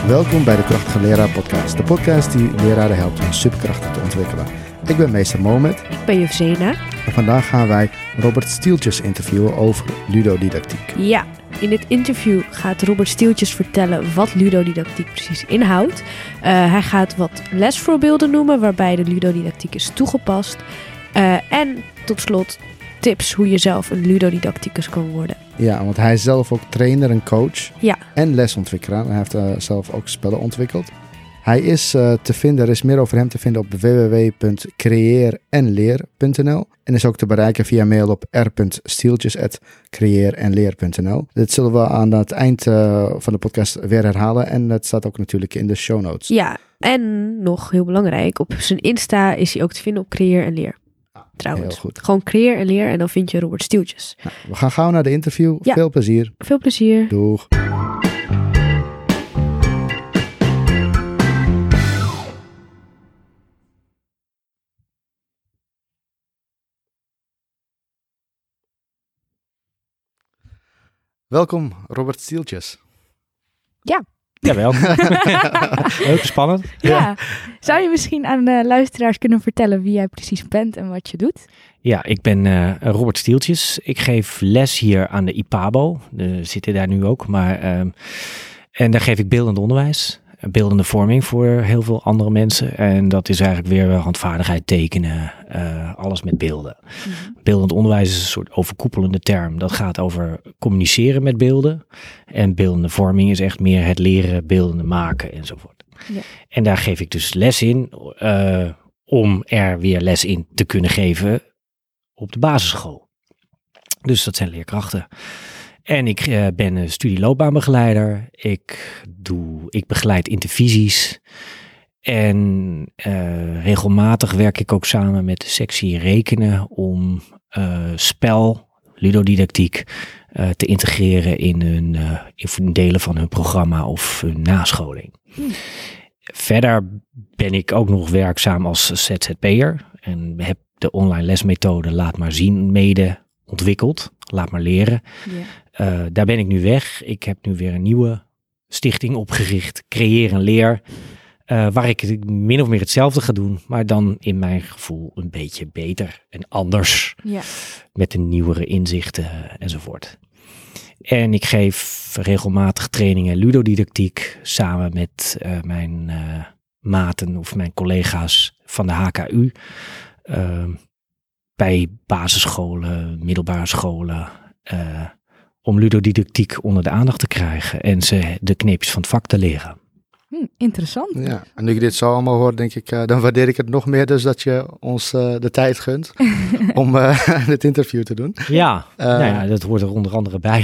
Welkom bij de Krachtige Leraar podcast. De podcast die leraren helpt hun superkrachten te ontwikkelen. Ik ben meester Mohamed. Ik ben juf Zena. En vandaag gaan wij Robert Stieltjes interviewen over ludodidactiek. Ja, in dit interview gaat Robert Stieltjes vertellen wat ludodidactiek precies inhoudt. Hij gaat wat lesvoorbeelden noemen waarbij de ludodidactiek is toegepast. En tot slot tips hoe je zelf een ludodidacticus kan worden. Ja, want hij is zelf ook trainer en coach en lesontwikkelaar. Hij heeft zelf ook spellen ontwikkeld. Hij is te vinden, er is meer over hem te vinden op www.creëerenleer.nl en is ook te bereiken via mail op r.stieltjes@creëerenleer.nl. Dit zullen we aan het eind van de podcast weer herhalen en het staat ook natuurlijk in de show notes. Ja, en nog heel belangrijk, op zijn Insta is hij ook te vinden op Creëer en Leer. Trouwens, heel goed. Gewoon Creëer en Leer en dan vind je Robert Stieltjes. Nou, we gaan gauw naar de interview. Ja. Veel plezier. Veel plezier. Doeg. Welkom, Robert Stieltjes. Ja. Jawel. Leuk, spannend. Ja. Zou je misschien aan de luisteraars kunnen vertellen wie jij precies bent en wat je doet? Ja, ik ben Robert Stieltjes. Ik geef les hier aan de IPABO. Zitten daar nu ook. En daar geef ik beeldend onderwijs. Beeldende vorming voor heel veel andere mensen. En dat is eigenlijk weer handvaardigheid, tekenen, alles met beelden. Mm-hmm. Beeldend onderwijs is een soort overkoepelende term. Dat gaat over communiceren met beelden. En beeldende vorming is echt meer het leren, beeldende maken enzovoort. Ja. En daar geef ik dus les in om er weer les in te kunnen geven op de basisschool. Dus dat zijn leerkrachten. En ik ben een studieloopbaanbegeleider. Ik begeleid intervisies. En regelmatig werk ik ook samen met de sectie rekenen om spel, ludodidactiek, te integreren in delen van hun programma of hun nascholing. Verder ben ik ook nog werkzaam als ZZP'er en heb de online lesmethode Laat maar zien mede ontwikkeld. Laat maar leren. Ja. Daar ben ik nu weg. Ik heb nu weer een nieuwe stichting opgericht. Creëer en Leer. Waar ik min of meer hetzelfde ga doen. Maar dan in mijn gevoel een beetje beter en anders. Ja. Met de nieuwere inzichten enzovoort. En ik geef regelmatig trainingen ludodidactiek. Samen met mijn maten of mijn collega's van de HKU. Bij basisscholen, middelbare scholen, om ludodidactiek onder de aandacht te krijgen en ze de kneepjes van het vak te leren. Interessant. Ja, en nu ik dit zo allemaal hoor, denk ik, dan waardeer ik het nog meer dus dat je ons de tijd gunt om dit interview te doen. Ja, dat hoort er onder andere bij.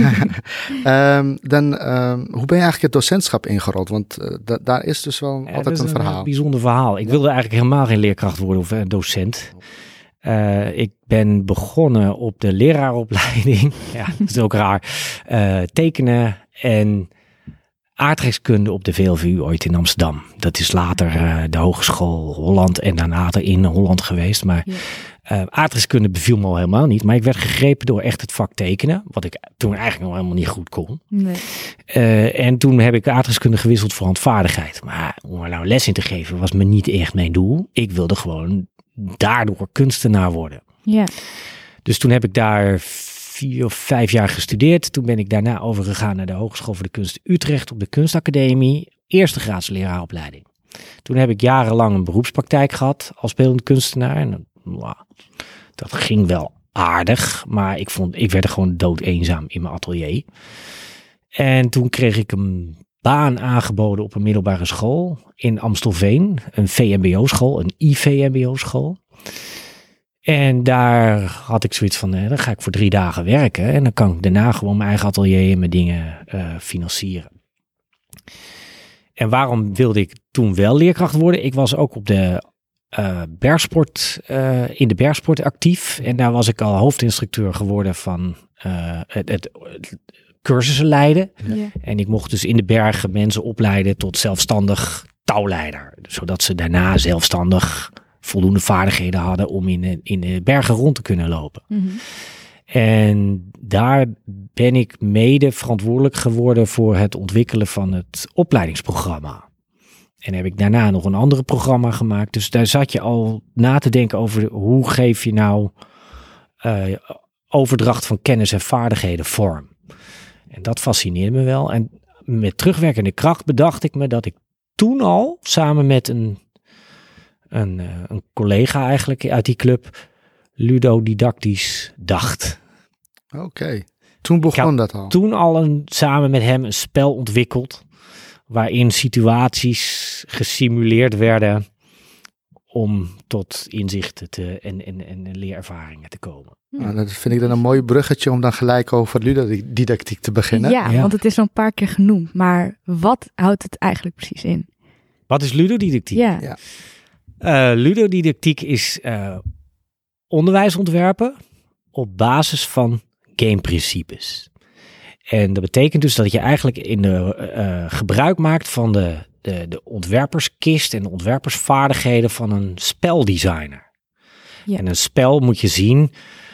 Hoe ben je eigenlijk het docentschap ingerold? Want daar is dus wel altijd een verhaal. Een bijzonder verhaal. Ik wilde eigenlijk helemaal geen leerkracht worden of docent. Ik ben begonnen op de leraaropleiding. Ja, dat is ook raar. Tekenen en aardrijkskunde op de VLVU ooit in Amsterdam. Dat is later de Hogeschool Holland en daarna in Holland geweest. Maar aardrijkskunde beviel me al helemaal niet. Maar ik werd gegrepen door echt het vak tekenen. Wat ik toen eigenlijk nog helemaal niet goed kon. Nee. En toen heb ik aardrijkskunde gewisseld voor handvaardigheid. Maar om er nou les in te geven was me niet echt mijn doel. Ik wilde gewoon daardoor kunstenaar worden. Ja. Dus toen heb ik daar 4 of 5 jaar gestudeerd. Toen ben ik daarna overgegaan naar de Hogeschool voor de Kunst Utrecht op de Kunstacademie. Eerste graads leraaropleiding. Toen heb ik jarenlang een beroepspraktijk gehad als beeldend kunstenaar. En dat ging wel aardig, maar ik werd er gewoon doodeenzaam in mijn atelier. En toen kreeg ik een baan aangeboden op een middelbare school in Amstelveen. Een VMBO-school, een IVMBO-school. En daar had ik zoiets van, dan ga ik voor 3 dagen werken. En dan kan ik daarna gewoon mijn eigen atelier en mijn dingen financieren. En waarom wilde ik toen wel leerkracht worden? Ik was ook op de in de bergsport actief. En daar was ik al hoofdinstructeur geworden van het cursussen leiden. Ja. En ik mocht dus in de bergen mensen opleiden tot zelfstandig touwleider. Zodat ze daarna zelfstandig voldoende vaardigheden hadden om in de bergen rond te kunnen lopen. Mm-hmm. En daar ben ik mede verantwoordelijk geworden voor het ontwikkelen van het opleidingsprogramma. En heb ik daarna nog een ander programma gemaakt. Dus daar zat je al na te denken over hoe geef je nou overdracht van kennis en vaardigheden vorm. En dat fascineerde me wel. En met terugwerkende kracht bedacht ik me dat ik toen al samen met een collega eigenlijk uit die club ludodidactisch dacht. Oké. Toen begon dat al? Toen al samen met hem een spel ontwikkeld waarin situaties gesimuleerd werden om tot inzichten en leerervaringen te komen. Nou, dat vind ik dan een mooi bruggetje om dan gelijk over ludodidactiek te beginnen. Ja, want het is al een paar keer genoemd. Maar wat houdt het eigenlijk precies in? Wat is ludodidactiek? Ja. Ludodidactiek is onderwijs ontwerpen op basis van gameprincipes. En dat betekent dus dat je eigenlijk in de gebruik maakt van de ontwerperskist en de ontwerpersvaardigheden van een speldesigner. Ja. En een spel moet je zien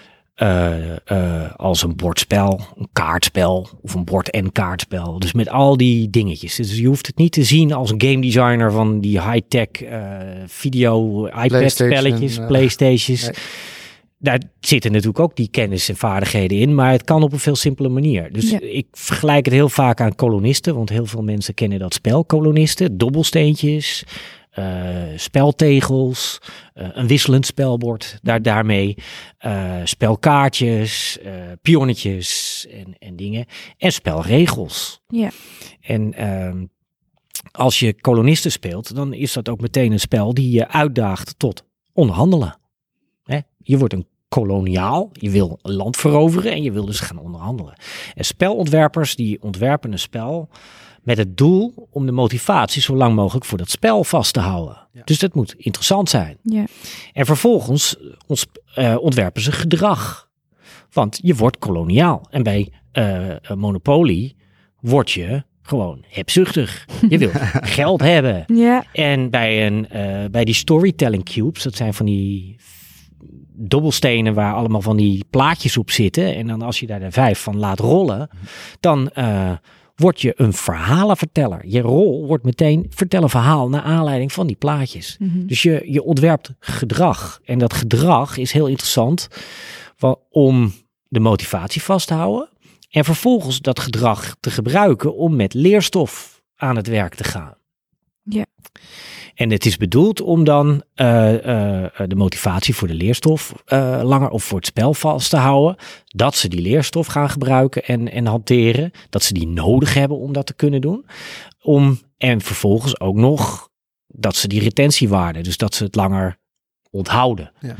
als een bordspel, een kaartspel of een bord- en kaartspel. Dus met al die dingetjes. Dus je hoeft het niet te zien als een game designer van die high-tech video iPad-spelletjes, PlayStations. Nee. Daar zitten natuurlijk ook die kennis en vaardigheden in, maar het kan op een veel simpele manier. Dus ik vergelijk het heel vaak aan kolonisten, want heel veel mensen kennen dat spel, kolonisten, dobbelsteentjes, speltegels, een wisselend spelbord, daarmee spelkaartjes, pionnetjes en dingen en spelregels. Ja. En als je kolonisten speelt, dan is dat ook meteen een spel die je uitdaagt tot onderhandelen. Je wordt een koloniaal, je wil een land veroveren en je wil dus gaan onderhandelen. En spelontwerpers die ontwerpen een spel met het doel om de motivatie zo lang mogelijk voor dat spel vast te houden. Ja. Dus dat moet interessant zijn. Ja. En vervolgens ontwerpen ze gedrag. Want je wordt koloniaal. En bij Monopoly word je gewoon hebzuchtig. Je wil geld hebben. Ja. En bij die storytelling cubes, dat zijn van die dobbelstenen waar allemaal van die plaatjes op zitten. En dan als je daar de 5 van laat rollen, dan word je een verhalenverteller. Je rol wordt meteen vertel een verhaal naar aanleiding van die plaatjes. Mm-hmm. Dus je ontwerpt gedrag. En dat gedrag is heel interessant om de motivatie vast te houden. En vervolgens dat gedrag te gebruiken om met leerstof aan het werk te gaan. Ja. En het is bedoeld om dan de motivatie voor de leerstof langer of voor het spel vast te houden. Dat ze die leerstof gaan gebruiken en hanteren. Dat ze die nodig hebben om dat te kunnen doen. En vervolgens ook nog dat ze die retentiewaarde, dus dat ze het langer onthouden. Ja.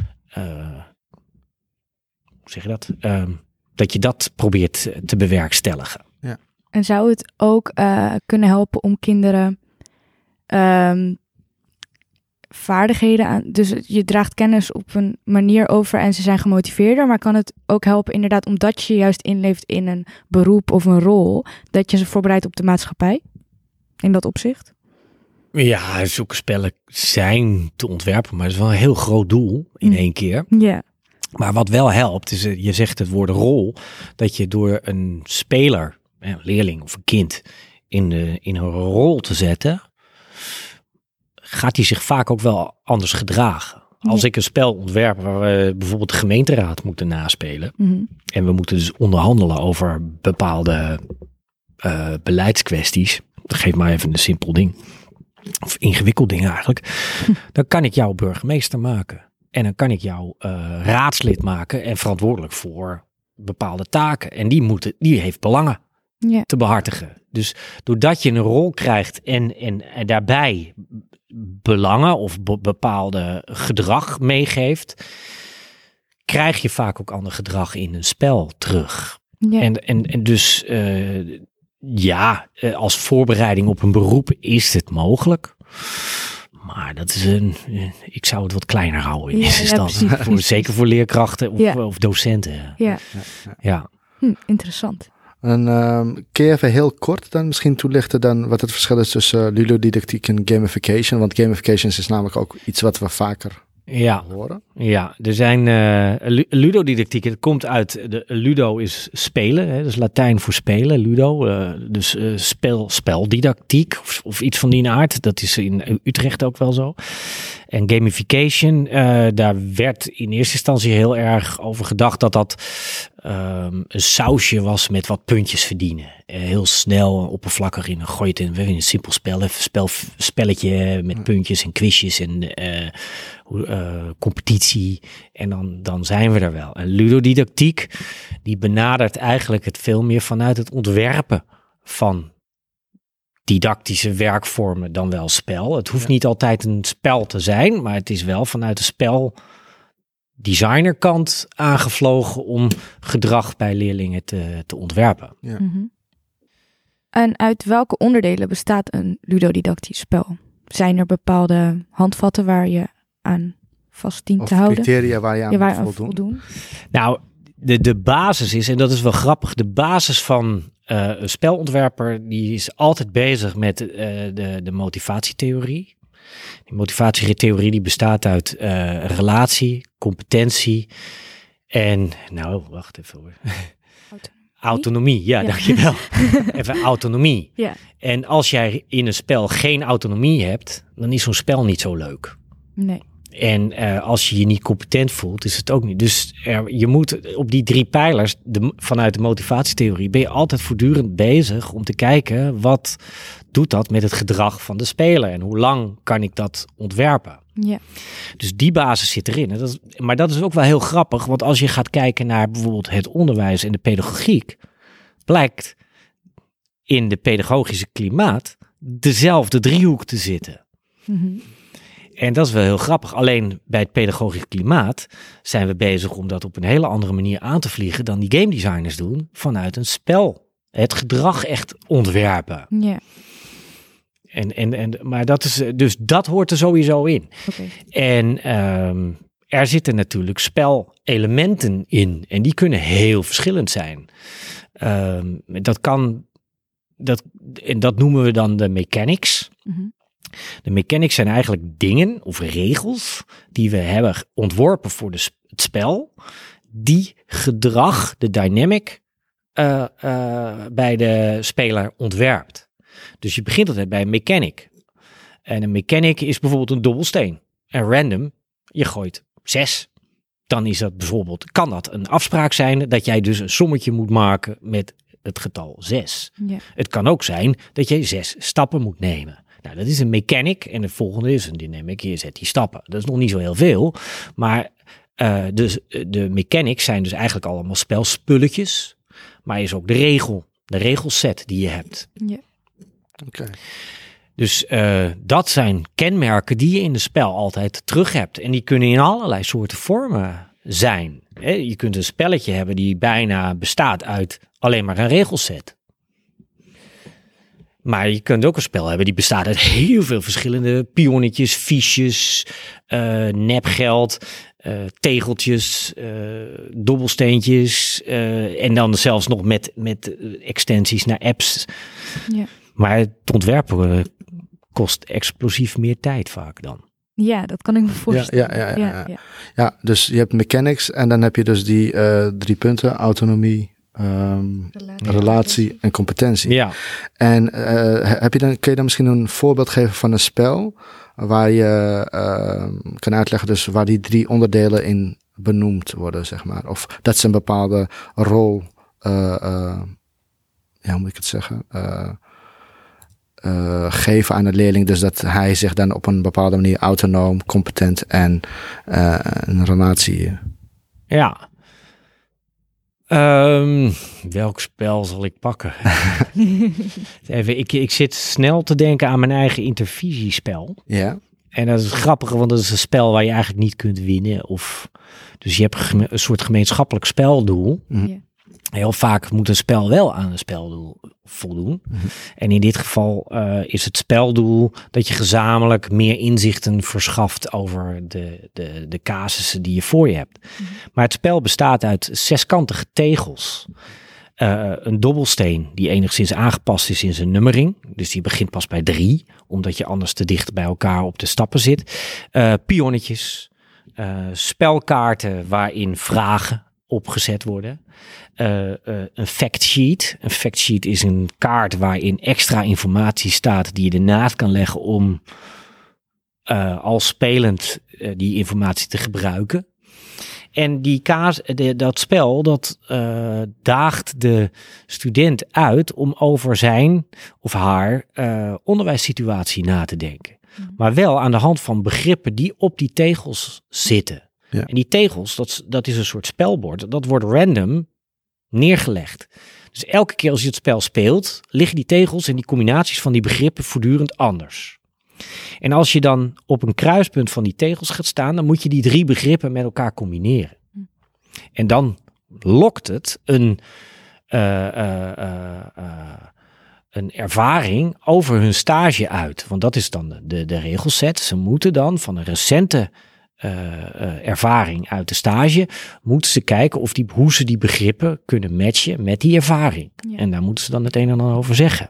Hoe zeg je dat? Dat je dat probeert te bewerkstelligen. Ja. En zou het ook kunnen helpen om kinderen vaardigheden aan, dus je draagt kennis op een manier over en ze zijn gemotiveerder, maar kan het ook helpen inderdaad omdat je juist inleeft in een beroep of een rol, dat je ze voorbereidt op de maatschappij in dat opzicht? Ja, zulke spellen zijn te ontwerpen, maar het is wel een heel groot doel in één keer. Ja. Maar wat wel helpt, is je zegt het woord rol, dat je door een speler, een leerling of een kind in een rol te zetten, gaat hij zich vaak ook wel anders gedragen. Als ik een spel ontwerp waar we bijvoorbeeld de gemeenteraad moeten naspelen. Mm-hmm. En we moeten dus onderhandelen over bepaalde beleidskwesties. Geef maar even een simpel ding. Of ingewikkeld ding eigenlijk. Dan kan ik jou burgemeester maken. En dan kan ik jou raadslid maken en verantwoordelijk voor bepaalde taken. En die heeft belangen te behartigen. Dus doordat je een rol krijgt en daarbij belangen of bepaalde gedrag meegeeft, krijg je vaak ook ander gedrag in een spel terug. Ja. En dus als voorbereiding op een beroep is het mogelijk. Maar dat is ik zou het wat kleiner houden in eerste instantie. Zeker voor leerkrachten of docenten. Ja. Interessant. En kun je even heel kort dan misschien toelichten dan wat het verschil is tussen ludodidactiek en gamification? Want gamification is namelijk ook iets wat we vaker horen? Ja, er zijn ludodidactiek. Het komt uit, ludo is spelen, hè, dus Latijn voor spelen, ludo. Dus speldidactiek of iets van die aard. Dat is in Utrecht ook wel zo. En gamification, daar werd in eerste instantie heel erg over gedacht dat een sausje was met wat puntjes verdienen. Heel snel, oppervlakkig in. Gooi het in een simpel spel, even spelletje met puntjes en quizjes en competitie. En dan zijn we er wel. En ludodidactiek, die benadert eigenlijk het veel meer vanuit het ontwerpen van didactische werkvormen dan wel spel. Het hoeft niet altijd een spel te zijn, maar het is wel vanuit de speldesignerkant aangevlogen om gedrag bij leerlingen te ontwerpen. Ja. Mm-hmm. En uit welke onderdelen bestaat een ludodidactisch spel? Zijn er bepaalde handvatten waar je aan vast dient te houden? Criteria waar je aan moet voldoen? Nou, de basis is, en dat is wel grappig, de basis van een spelontwerper die is altijd bezig met de motivatietheorie. Die motivatietheorie die bestaat uit relatie, competentie en, wacht even hoor. Autonomie, ja, dankjewel. Even autonomie. Ja. En als jij in een spel geen autonomie hebt, dan is zo'n spel niet zo leuk. Nee. En als je je niet competent voelt, is het ook niet. Dus je moet op die 3 pijlers, vanuit de motivatietheorie, ben je altijd voortdurend bezig om te kijken, wat doet dat met het gedrag van de speler? En hoe lang kan ik dat ontwerpen? Ja. Dus die basis zit erin. Maar dat is ook wel heel grappig, want als je gaat kijken naar bijvoorbeeld het onderwijs en de pedagogiek, blijkt in de pedagogische klimaat dezelfde driehoek te zitten. Mm-hmm. En dat is wel heel grappig. Alleen bij het pedagogisch klimaat zijn we bezig om dat op een hele andere manier aan te vliegen dan die game designers doen vanuit een spel. Het gedrag echt ontwerpen. Ja. Maar dat hoort er sowieso in. Okay. En er zitten natuurlijk spelelementen in en die kunnen heel verschillend zijn. Dat noemen we dan de mechanics. Mm-hmm. De mechanics zijn eigenlijk dingen of regels die we hebben ontworpen voor het spel, die gedrag, de dynamic, bij de speler ontwerpt. Dus je begint altijd bij een mechanic. En een mechanic is bijvoorbeeld een dobbelsteen. En random, je gooit 6. Dan is dat bijvoorbeeld, kan dat een afspraak zijn dat jij dus een sommetje moet maken met het getal 6. Ja. Het kan ook zijn dat je 6 stappen moet nemen. Nou, dat is een mechanic en het volgende is een dynamic. Je zet die stappen. Dat is nog niet zo heel veel. Maar dus de mechanics zijn dus eigenlijk allemaal spelspulletjes. Maar is ook de regelset die je hebt. Ja. Okay. Dus dat zijn kenmerken die je in het spel altijd terug hebt. En die kunnen in allerlei soorten vormen zijn. Je kunt een spelletje hebben die bijna bestaat uit alleen maar een regelset. Maar je kunt ook een spel hebben die bestaat uit heel veel verschillende pionnetjes, fiches, nepgeld, tegeltjes, dobbelsteentjes en dan zelfs nog met extensies naar apps. Ja. Maar het ontwerpen kost explosief meer tijd vaak dan. Ja, dat kan ik me voorstellen. Ja, dus je hebt mechanics en dan heb je dus die 3 punten, autonomie, relatie en competentie. Ja. En kun je dan misschien een voorbeeld geven van een spel waar je kan uitleggen dus waar die 3 onderdelen in benoemd worden, zeg maar. Of dat ze een bepaalde rol, hoe moet ik het zeggen, geven aan de leerling. Dus dat hij zich dan op een bepaalde manier autonoom, competent en een relatie. Ja. Welk spel zal ik pakken? Even, ik zit snel te denken aan mijn eigen intervisiespel. Ja. En dat is grappig, want dat is een spel waar je eigenlijk niet kunt winnen. Dus je hebt een soort gemeenschappelijk speldoel. Mm-hmm. Ja. Heel vaak moet een spel wel aan een speldoel voldoen. Mm-hmm. En in dit geval is het speldoel dat je gezamenlijk meer inzichten verschaft over de casussen die je voor je hebt. Mm-hmm. Maar het spel bestaat uit 6-kantige tegels. Een dobbelsteen die enigszins aangepast is in zijn nummering. Dus die begint pas bij 3, omdat je anders te dicht bij elkaar op de stappen zit. Pionnetjes, spelkaarten waarin vragen opgezet worden. Een factsheet. Een factsheet is een kaart waarin extra informatie staat die je ernaast kan leggen om als spelend die informatie te gebruiken. En dat spel, dat daagt de student uit om over zijn of haar onderwijssituatie na te denken. Maar wel aan de hand van begrippen die op die tegels zitten. Ja. En die tegels, dat is een soort spelbord. Dat wordt random neergelegd. Dus elke keer als je het spel speelt, liggen die tegels en die combinaties van die begrippen voortdurend anders. En als je dan op een kruispunt van die tegels gaat staan, dan moet je die 3 begrippen met elkaar combineren. En dan lokt het een ervaring over hun stage uit. Want dat is dan de regelset. Ze moeten dan van een recente ervaring uit de stage, moeten ze kijken hoe ze die begrippen kunnen matchen met die ervaring. Ja. En daar moeten ze dan het een en ander over zeggen.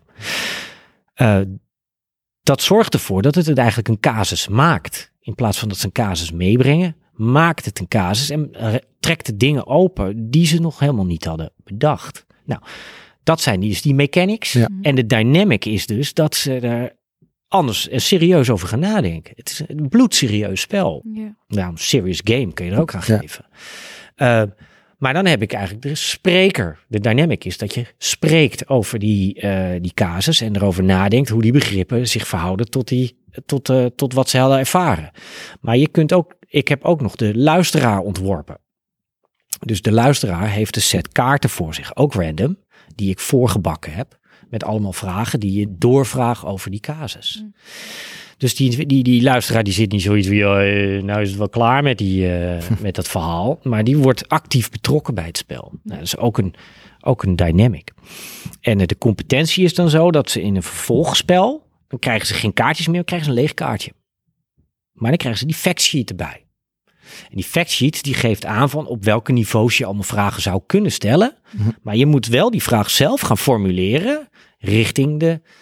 Dat zorgt ervoor dat het eigenlijk een casus maakt. In plaats van dat ze een casus meebrengen, maakt het een casus en trekt de dingen open die ze nog helemaal niet hadden bedacht. Nou, dat zijn dus die mechanics. Ja. En de dynamic is dus dat ze er anders serieus over gaan nadenken. Het is een bloedserieus spel. Ja. Nou, een serious game kun je er ook aan geven. Maar dan heb ik eigenlijk de spreker. De dynamic is dat je spreekt over die casus en erover nadenkt hoe die begrippen zich verhouden tot wat ze hadden ervaren. Maar ik heb ook nog de luisteraar ontworpen. Dus de luisteraar heeft een set kaarten voor zich, ook random, die ik voorgebakken heb. Met allemaal vragen die je doorvraagt over die casus. Dus die luisteraar die zit niet zoiets van, nou is het wel klaar met dat verhaal. Maar die wordt actief betrokken bij het spel. Nou, dat is ook een dynamic. En de competentie is dan zo dat ze in een vervolgspel, dan krijgen ze geen kaartjes meer, dan krijgen ze een leeg kaartje. Maar dan krijgen ze die factsheet erbij. En die factsheet die geeft aan van op welke niveaus je allemaal vragen zou kunnen stellen. Mm-hmm. Maar je moet wel die vraag zelf gaan formuleren richting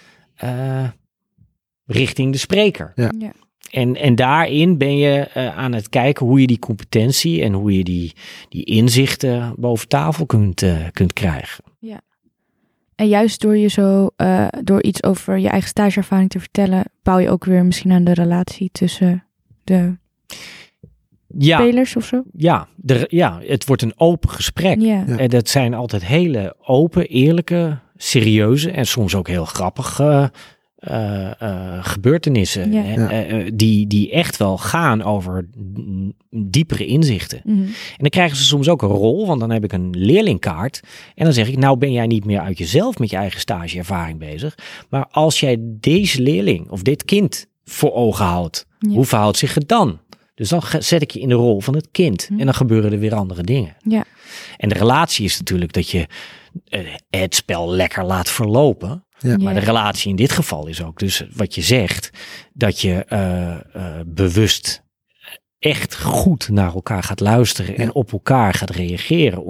de spreker. Ja. Ja. En daarin ben je aan het kijken hoe je die competentie en hoe je die inzichten boven tafel kunt krijgen. Ja. En juist door iets over je eigen stageervaring te vertellen, bouw je ook weer misschien aan de relatie tussen de spelers of zo? Ja, het wordt een open gesprek. Ja. En dat zijn altijd hele open, eerlijke, serieuze en soms ook heel grappige gebeurtenissen. Ja. Die echt wel gaan over diepere inzichten. Mm-hmm. En dan krijgen ze soms ook een rol, want dan heb ik een leerlingkaart. En dan zeg ik, nou ben jij niet meer uit jezelf met je eigen stageervaring bezig. Maar als jij deze leerling of dit kind voor ogen houdt, hoe verhoudt zich het dan? Dus dan zet ik je in de rol van het kind. En dan gebeuren er weer andere dingen. Ja. En de relatie is natuurlijk dat je het spel lekker laat verlopen. Ja. Maar de relatie in dit geval is ook dus wat je zegt. Dat je bewust echt goed naar elkaar gaat luisteren. En op elkaar gaat reageren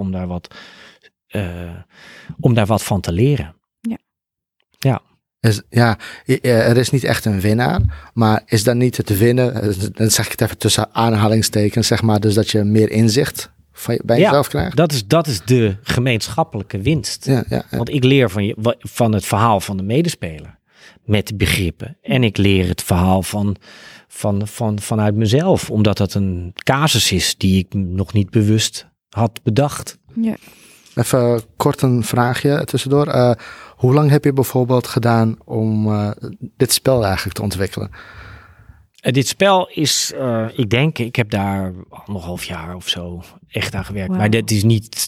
om daar wat van te leren. Ja. Ja. Er is niet echt een winnaar, maar is dan niet het winnen, dan zeg ik het even tussen aanhalingstekens, zeg maar, dus dat je meer inzicht bij jezelf krijgt? Dat is de gemeenschappelijke winst. Ja. Want ik leer van het verhaal van de medespeler met begrippen en ik leer het verhaal vanuit mezelf, omdat dat een casus is die ik nog niet bewust had bedacht. Ja. Even kort een vraagje tussendoor. Hoe lang heb je bijvoorbeeld gedaan om dit spel eigenlijk te ontwikkelen? Dit spel is, ik heb daar 1,5 jaar of zo echt aan gewerkt. Wow. Maar dit is niet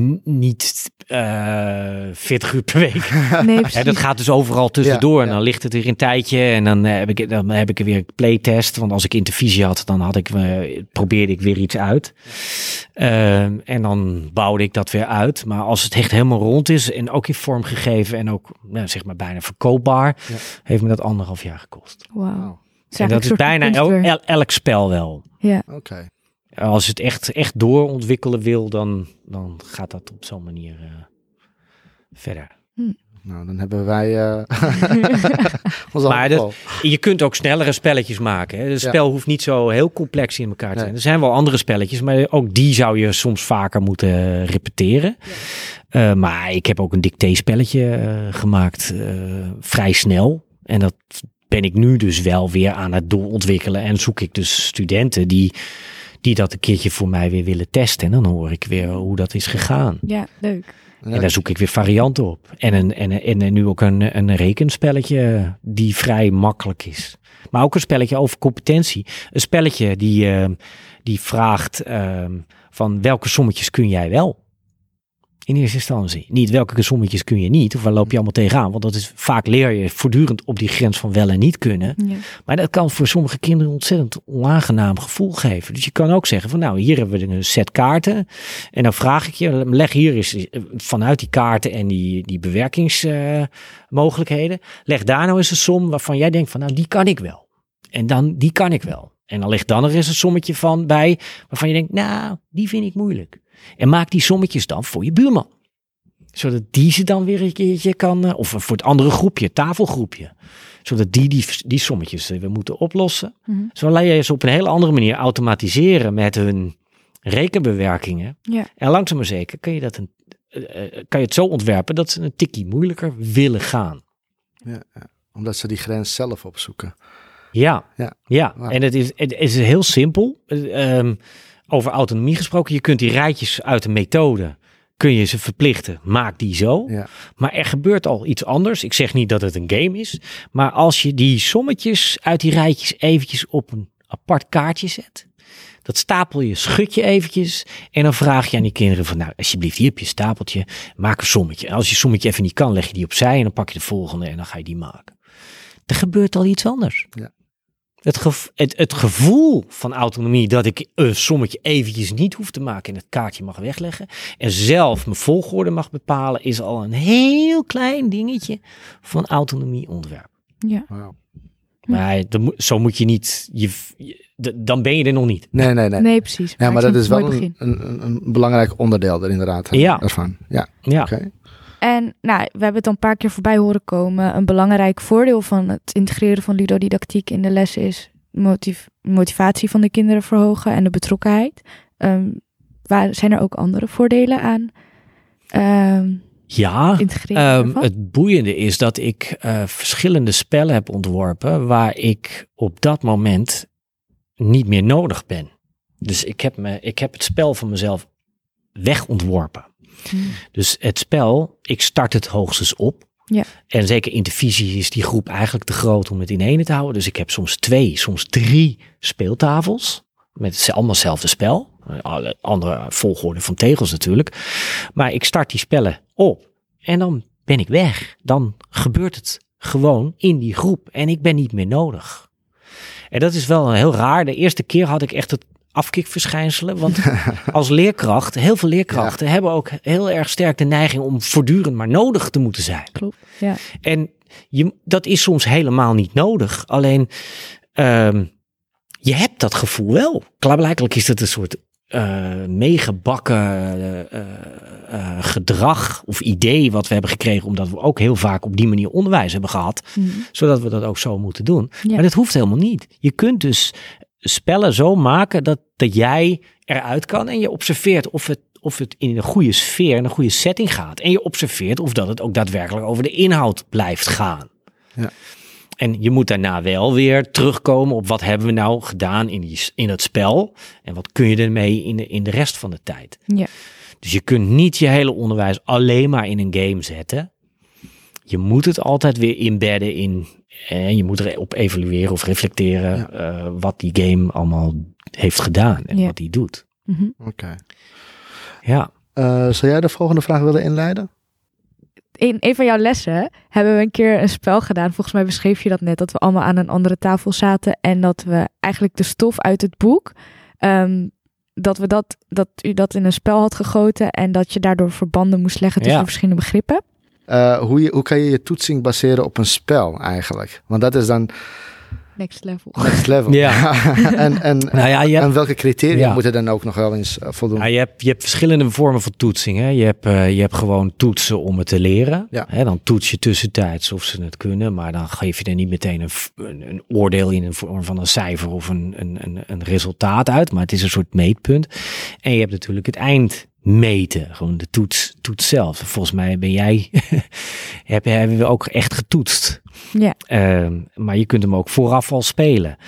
40 uur per week. Nee, dat gaat dus overal tussendoor. En dan ligt het er een tijdje en dan heb ik er weer een playtest. Want als ik intervisie had, dan probeerde ik weer iets uit. En dan bouwde ik dat weer uit. Maar als het echt helemaal rond is en ook in vorm gegeven en ook zeg maar bijna verkoopbaar, heeft me dat 1,5 jaar gekost. Wauw. En dat is bijna elk spel wel. Ja. Oké. Als het echt doorontwikkelen wil, dan gaat dat op zo'n manier verder. Nou, dan hebben wij Maar je kunt ook snellere spelletjes maken. Hè? Het spel hoeft niet zo heel complex in elkaar te zijn. Er zijn wel andere spelletjes, maar ook die zou je soms vaker moeten repeteren. Ja. Maar ik heb ook een dicté-spelletje gemaakt, vrij snel. En dat ben ik nu dus wel weer aan het doorontwikkelen. En zoek ik dus studenten die dat een keertje voor mij weer willen testen. En dan hoor ik weer hoe dat is gegaan. Ja, leuk. En daar zoek ik weer varianten op. En nu ook een rekenspelletje die vrij makkelijk is. Maar ook een spelletje over competentie. Een spelletje die vraagt van welke sommetjes kun jij wel? In eerste instantie. Niet welke sommetjes kun je niet. Of waar loop je allemaal tegenaan. Want dat is vaak leer je voortdurend op die grens van wel en niet kunnen. Ja. Maar dat kan voor sommige kinderen een ontzettend onaangenaam gevoel geven. Dus je kan ook zeggen van nou, hier hebben we een set kaarten. En dan vraag ik je, leg hier eens vanuit die kaarten en die bewerkingsmogelijkheden. Leg daar nou eens een som waarvan jij denkt van nou, die kan ik wel. En dan, die kan ik wel. En dan ligt dan er eens een sommetje van bij waarvan je denkt, nou, die vind ik moeilijk. En maak die sommetjes dan voor je buurman. Zodat die ze dan weer een keertje kan, of voor het andere groepje, tafelgroepje. Zodat die sommetjes we moeten oplossen. Mm-hmm. Zo laat je ze op een hele andere manier automatiseren met hun rekenbewerkingen. Ja. En langzaam maar zeker kan je het zo ontwerpen dat ze een tikkie moeilijker willen gaan. Ja, omdat ze die grens zelf opzoeken. Ja. Wow. En het is heel simpel. Over autonomie gesproken, je kunt die rijtjes uit de methode, kun je ze verplichten, maak die zo. Ja. Maar er gebeurt al iets anders. Ik zeg niet dat het een game is, maar als je die sommetjes uit die rijtjes eventjes op een apart kaartje zet, dat stapel je, schud je eventjes en dan vraag je aan die kinderen van nou, alsjeblieft, hier heb je een stapeltje, maak een sommetje. En als je sommetje even niet kan, leg je die opzij en dan pak je de volgende en dan ga je die maken. Er gebeurt al iets anders. Ja. Het gevoel van autonomie dat ik een sommetje eventjes niet hoef te maken en het kaartje mag wegleggen en zelf mijn volgorde mag bepalen, is al een heel klein dingetje van autonomie ontwerp. Ja. Wow. Maar zo moet je niet, dan ben je er nog niet. Nee, precies. Ja, maar dat is wel een belangrijk onderdeel er inderdaad ervan. Ja. Okay. En nou, we hebben het al een paar keer voorbij horen komen. Een belangrijk voordeel van het integreren van ludodidactiek in de les is motivatie van de kinderen verhogen en de betrokkenheid. Zijn er ook andere voordelen aan integreren? Het boeiende is dat ik verschillende spellen heb ontworpen waar ik op dat moment niet meer nodig ben. Dus ik heb het spel van mezelf wegontworpen. Dus het spel, ik start het hoogstens op. Ja. En zeker in de visie is die groep eigenlijk te groot om het in ene te houden. Dus ik heb soms 2, soms 3 speeltafels. Met allemaal hetzelfde spel. Andere volgorde van tegels natuurlijk. Maar ik start die spellen op. En dan ben ik weg. Dan gebeurt het gewoon in die groep. En ik ben niet meer nodig. En dat is wel heel raar. De eerste keer had ik echt het afkikverschijnselen. Want als leerkracht, heel veel leerkrachten hebben ook heel erg sterk de neiging om voortdurend maar nodig te moeten zijn. Klopt, ja. En dat is soms helemaal niet nodig. Alleen, je hebt dat gevoel wel. Klaarblijkelijk is het een soort meegebakken gedrag of idee wat we hebben gekregen, omdat we ook heel vaak op die manier onderwijs hebben gehad, zodat we dat ook zo moeten doen. Ja. Maar dat hoeft helemaal niet. Je kunt dus spellen zo maken dat jij eruit kan en je observeert of het in een goede sfeer, in een goede setting gaat. En je observeert of dat het ook daadwerkelijk over de inhoud blijft gaan. Ja. En je moet daarna wel weer terugkomen op wat hebben we nou gedaan in het spel. En wat kun je ermee in de rest van de tijd. Ja. Dus je kunt niet je hele onderwijs alleen maar in een game zetten. Je moet het altijd weer embedden in. En je moet erop evalueren of reflecteren wat die game allemaal heeft gedaan. En wat die doet. Mm-hmm. Oké. Ja. Zou jij de volgende vraag willen inleiden? In een van jouw lessen hebben we een keer een spel gedaan. Volgens mij beschreef je dat net. Dat we allemaal aan een andere tafel zaten. En dat we eigenlijk de stof uit het boek. Dat u dat in een spel had gegoten. En dat je daardoor verbanden moest leggen tussen verschillende begrippen. Hoe kan je toetsing baseren op een spel eigenlijk? Want dat is dan Next level. Next level. Ja. En welke criteria moeten dan ook nog wel eens voldoen? Nou, je hebt verschillende vormen van toetsing. Hè? Je hebt gewoon toetsen om het te leren. Ja. Hè? Dan toets je tussentijds of ze het kunnen. Maar dan geef je er niet meteen een oordeel in de vorm van een cijfer of een resultaat uit. Maar het is een soort meetpunt. En je hebt natuurlijk het eindmeten. Gewoon de toets zelf. Volgens mij hebben we ook echt getoetst. Ja. Maar je kunt hem ook vooraf al spelen.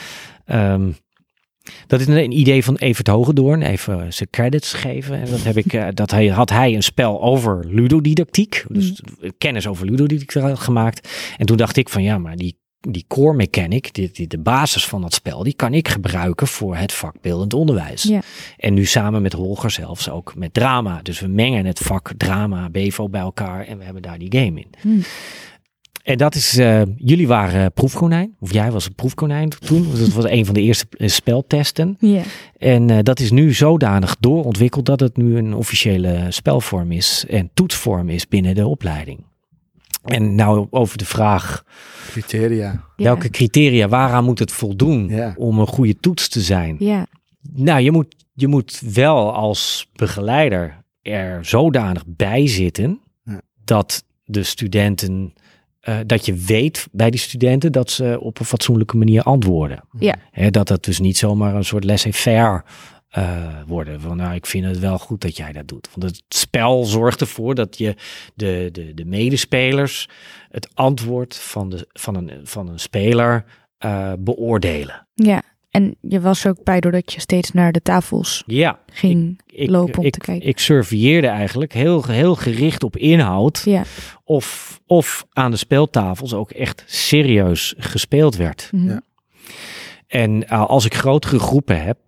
Dat is een idee van Evert Hogendoorn. Even zijn credits geven. En had hij een spel over ludodidactiek. Dus kennis over ludodidactiek gemaakt. En toen dacht ik van ja, maar die core mechanic, de basis van dat spel, die kan ik gebruiken voor het vak beeldend onderwijs. Ja. En nu samen met Holger zelfs ook met drama. Dus we mengen het vak drama, BEVO bij elkaar en we hebben daar die game in. En dat is, jullie waren proefkonijn, of jij was een proefkonijn toen. Dat was een van de eerste speltesten. Yeah. En dat is nu zodanig doorontwikkeld dat het nu een officiële spelvorm is en toetsvorm is binnen de opleiding. En nou over de vraag, criteria. Welke criteria, waaraan moet het voldoen om een goede toets te zijn? Ja. Nou, je moet wel als begeleider er zodanig bij zitten dat de studenten, dat je weet bij die studenten dat ze op een fatsoenlijke manier antwoorden. Ja. Dat dus niet zomaar een soort laissez-faire worden. Van nou, ik vind het wel goed dat jij dat doet. Want het spel zorgt ervoor dat je de medespelers het antwoord van een speler beoordelen. Ja, en je was er ook bij doordat je steeds naar de tafels ging lopen om te kijken. Ik surveilleerde eigenlijk heel gericht op inhoud. Ja. Of aan de speeltafels ook echt serieus gespeeld werd. Mm-hmm. Ja. En als ik grotere groepen heb,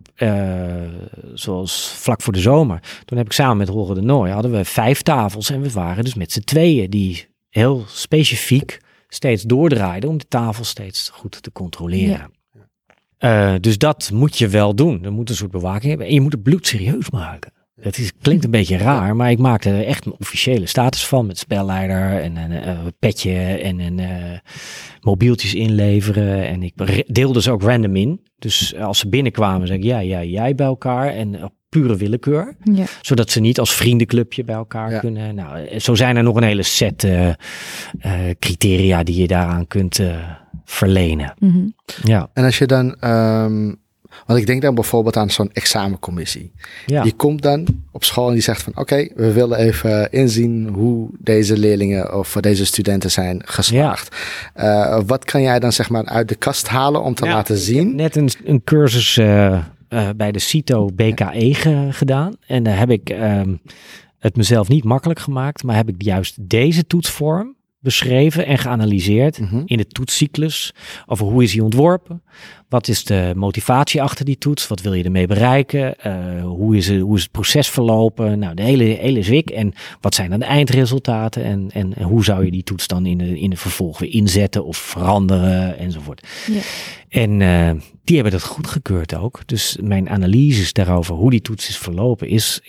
zoals vlak voor de zomer, toen heb ik samen met Holger de Nooy, hadden we 5 tafels en we waren dus met z'n tweeën die heel specifiek steeds doordraaiden om de tafel steeds goed te controleren. Ja. Dus dat moet je wel doen. Er moet een soort bewaking hebben en je moet het bloedserieus maken. Dat klinkt een beetje raar, maar ik maakte er echt een officiële status van met spelleider en een petje en mobieltjes inleveren. En ik deelde ze ook random in. Dus als ze binnenkwamen, zei ik jij bij elkaar en op pure willekeur. Ja. Zodat ze niet als vriendenclubje bij elkaar kunnen. Nou, zo zijn er nog een hele set criteria die je daaraan kunt verlenen. Mm-hmm. Ja. En als je dan... want ik denk dan bijvoorbeeld aan zo'n examencommissie. Ja. Die komt dan op school en die zegt van oké, we willen even inzien hoe deze leerlingen of deze studenten zijn geslaagd. Ja. Wat kan jij dan zeg maar uit de kast halen om te laten zien? Ik heb net een cursus bij de CITO BKE gedaan. En daar heb ik het mezelf niet makkelijk gemaakt, maar heb ik juist deze toetsvorm beschreven en geanalyseerd in de toetscyclus. Over hoe is die ontworpen? Wat is de motivatie achter die toets? Wat wil je ermee bereiken? Hoe is het proces verlopen? Nou, de hele zwik. En wat zijn dan de eindresultaten? En hoe zou je die toets dan in de vervolg weer inzetten of veranderen enzovoort? Ja. En die hebben dat goedgekeurd ook. Dus mijn analyses daarover hoe die toets is verlopen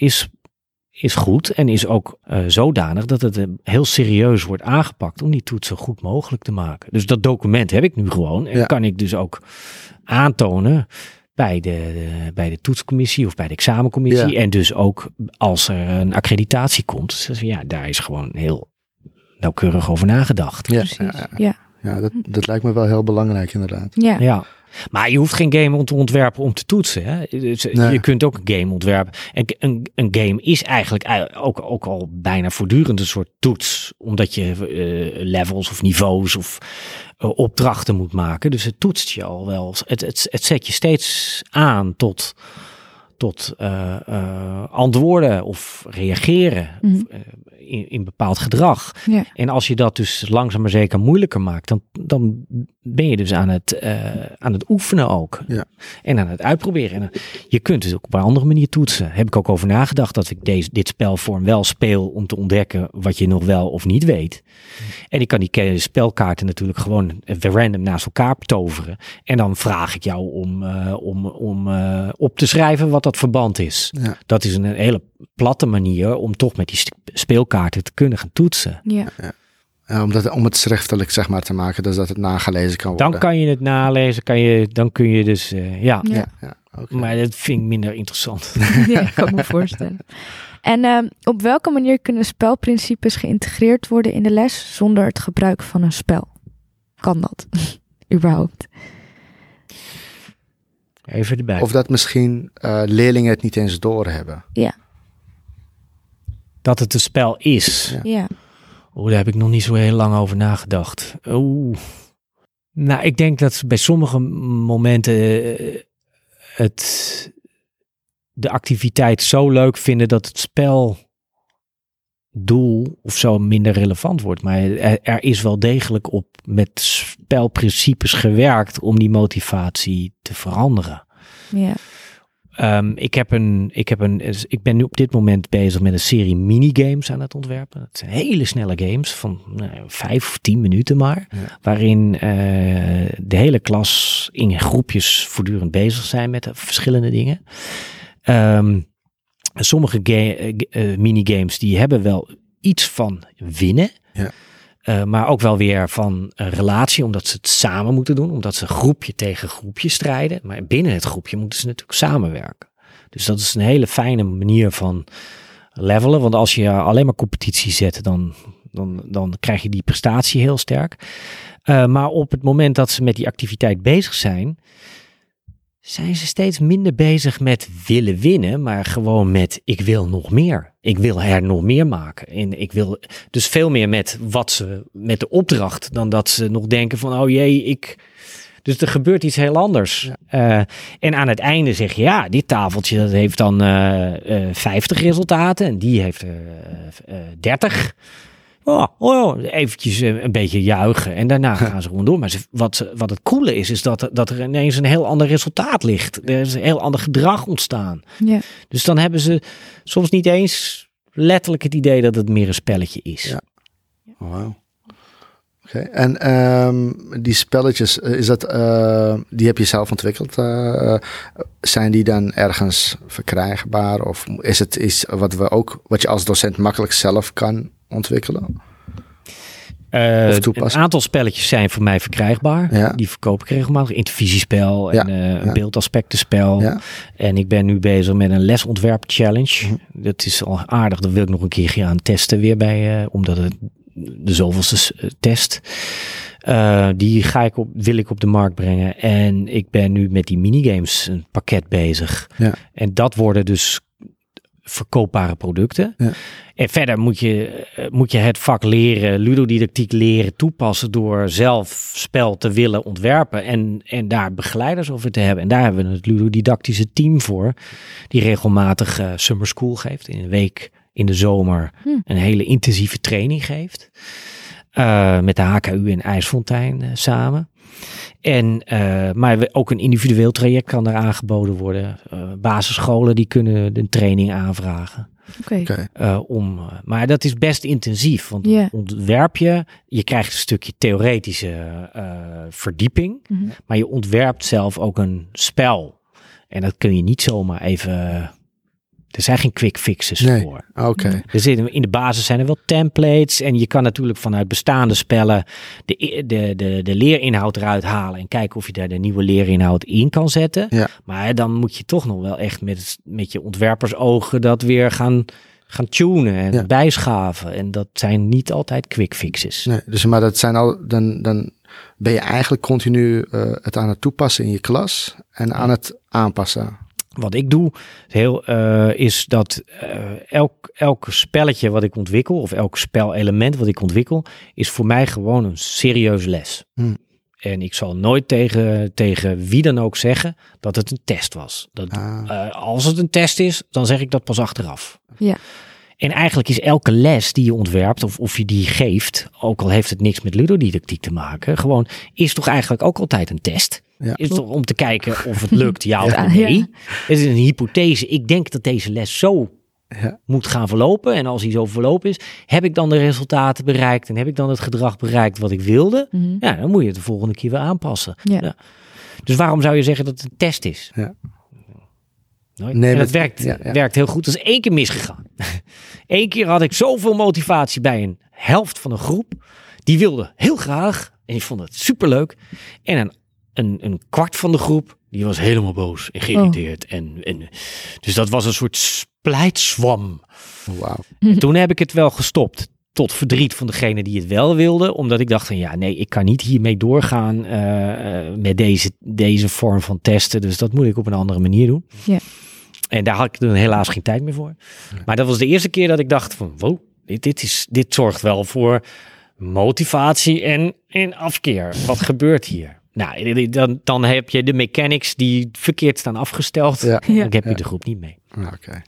is goed en is ook zodanig dat het heel serieus wordt aangepakt om die toets zo goed mogelijk te maken. Dus dat document heb ik nu gewoon en kan ik dus ook aantonen bij de toetscommissie of bij de examencommissie. Ja. En dus ook als er een accreditatie komt, dus daar is gewoon heel nauwkeurig over nagedacht. Ja, dat lijkt me wel heel belangrijk inderdaad. Ja. Maar je hoeft geen game te ontwerpen om te toetsen. Hè? Dus je kunt ook een game ontwerpen. En een game is eigenlijk ook al bijna voortdurend een soort toets. Omdat je levels of niveaus of opdrachten moet maken. Dus het toetst je al wel. Het zet je steeds aan tot antwoorden of reageren in bepaald gedrag. Ja. En als je dat dus langzaam maar zeker moeilijker maakt, dan ben je dus aan het oefenen ook. Ja. En aan het uitproberen. En je kunt dus ook op een andere manier toetsen. Heb ik ook over nagedacht dat ik dit spelvorm wel speel om te ontdekken wat je nog wel of niet weet. En ik kan die spelkaarten natuurlijk gewoon random naast elkaar toveren. En dan vraag ik jou om op te schrijven wat dat verband is. Ja. Dat is een hele platte manier om toch met die speelkaarten te kunnen gaan toetsen. Ja. Om het schriftelijk zeg maar te maken, dus dat het nagelezen kan worden. Dan kan je het nalezen, dan kun je dus, Okay. Maar dat vind ik minder interessant. Ja, kan ik me voorstellen. En op welke manier kunnen spelprincipes geïntegreerd worden in de les zonder het gebruik van een spel? Kan dat überhaupt? Even erbij. Of dat misschien leerlingen het niet eens doorhebben. Ja. Dat het een spel is. Ja. Daar heb ik nog niet zo heel lang over nagedacht. Nou, ik denk dat bij sommige momenten de activiteit zo leuk vinden dat het speldoel of zo minder relevant wordt. Maar er is wel degelijk met spelprincipes gewerkt om die motivatie te veranderen. Ja. Ik ben nu op dit moment bezig met een serie minigames aan het ontwerpen. Het zijn hele snelle games van 5 of 10 minuten maar. Ja. Waarin de hele klas in groepjes voortdurend bezig zijn met verschillende dingen. Sommige minigames die hebben wel iets van winnen. Ja. Maar ook wel weer van een relatie, omdat ze het samen moeten doen. Omdat ze groepje tegen groepje strijden. Maar binnen het groepje moeten ze natuurlijk samenwerken. Dus dat is een hele fijne manier van levelen. Want als je alleen maar competitie zet, dan krijg je die prestatie heel sterk. Maar op het moment dat ze met die activiteit bezig zijn ze steeds minder bezig met willen winnen, maar gewoon met ik wil nog meer. Ik wil er nog meer maken. En ik wil dus veel meer met de opdracht dan dat ze nog denken van oh jee, dus er gebeurt iets heel anders. Ja. En aan het einde zeg je ja, dit tafeltje dat heeft dan 50 resultaten en die heeft 30. Eventjes een beetje juichen en daarna gaan ze gewoon door. Maar wat het coole is dat er ineens een heel ander resultaat ligt. Er is een heel ander gedrag ontstaan. Ja. Dus dan hebben ze soms niet eens letterlijk het idee dat het meer een spelletje is. Ja. Wauw. Oké. En die spelletjes, die heb je zelf ontwikkeld? Zijn die dan ergens verkrijgbaar? Of is het iets wat je als docent makkelijk zelf kan ontwikkelen? Een aantal spelletjes zijn voor mij verkrijgbaar. Ja. Die verkoop ik regelmatig. Intervisiespel en een beeldaspectenspel. Ja. En ik ben nu bezig met een lesontwerp challenge. Dat is al aardig. Dat wil ik nog een keer gaan testen weer bij. Omdat het de zoveelste test. Die wil ik op de markt brengen. En ik ben nu met die minigames een pakket bezig. Ja. En dat worden dus verkoopbare producten. Ja. En verder moet je het vak leren, ludodidactiek leren toepassen door zelf spel te willen ontwerpen en daar begeleiders over te hebben. En daar hebben we het ludodidactische team voor, die regelmatig summer school geeft. In een week in de zomer een hele intensieve training geeft. Met de HKU en IJsfontein samen. Maar ook een individueel traject kan er aangeboden worden. Basisscholen die kunnen een training aanvragen. Okay. Maar dat is best intensief. Want ontwerp je krijgt een stukje theoretische verdieping. Mm-hmm. Maar je ontwerpt zelf ook een spel. En dat kun je niet zomaar even. Er zijn geen quick fixes voor. Okay. In de basis zijn er wel templates. En je kan natuurlijk vanuit bestaande spellen de leerinhoud eruit halen. En kijken of je daar de nieuwe leerinhoud in kan zetten. Ja. Maar dan moet je toch nog wel echt met je ontwerpersogen dat weer gaan tunen en bijschaven. En dat zijn niet altijd quick fixes. Nee, dus maar dat zijn al. Dan ben je eigenlijk continu het aan het toepassen in je klas. En aan het aanpassen. Wat ik doe is dat elk spelletje wat ik ontwikkel of elk spelelement wat ik ontwikkel is voor mij gewoon een serieuze les. En ik zal nooit tegen wie dan ook zeggen dat het een test was. Als het een test is, dan zeg ik dat pas achteraf. Ja. En eigenlijk is elke les die je ontwerpt of je die geeft, ook al heeft het niks met ludodidactiek te maken, gewoon is toch eigenlijk ook altijd een test. Ja. Is toch om te kijken of het lukt, ja of nee. Ja. Het is een hypothese. Ik denk dat deze les zo moet gaan verlopen. En als hij zo verlopen is, heb ik dan de resultaten bereikt en heb ik dan het gedrag bereikt wat ik wilde? Mm-hmm. Ja, dan moet je het de volgende keer weer aanpassen. Ja. Ja. Dus waarom zou je zeggen dat het een test is? Ja. Nee, en het werkt heel goed. Dat is 1 keer misgegaan. 1 keer had ik zoveel motivatie bij een helft van een groep. Die wilde heel graag en die vond het superleuk. En een kwart van de groep, die was helemaal boos en geïrriteerd. Dus dat was een soort splijtswam. Wauw. En toen heb ik het wel gestopt. Tot verdriet van degene die het wel wilde. Omdat ik dacht van ik kan niet hiermee doorgaan met deze vorm van testen. Dus dat moet ik op een andere manier doen. Ja. En daar had ik toen helaas geen tijd meer voor. Maar dat was de eerste keer dat ik dacht van wow, dit zorgt wel voor motivatie en afkeer. Wat gebeurt hier? Nou, dan heb je de mechanics die verkeerd staan afgesteld. Ja. Dan heb je de groep niet mee. Oké.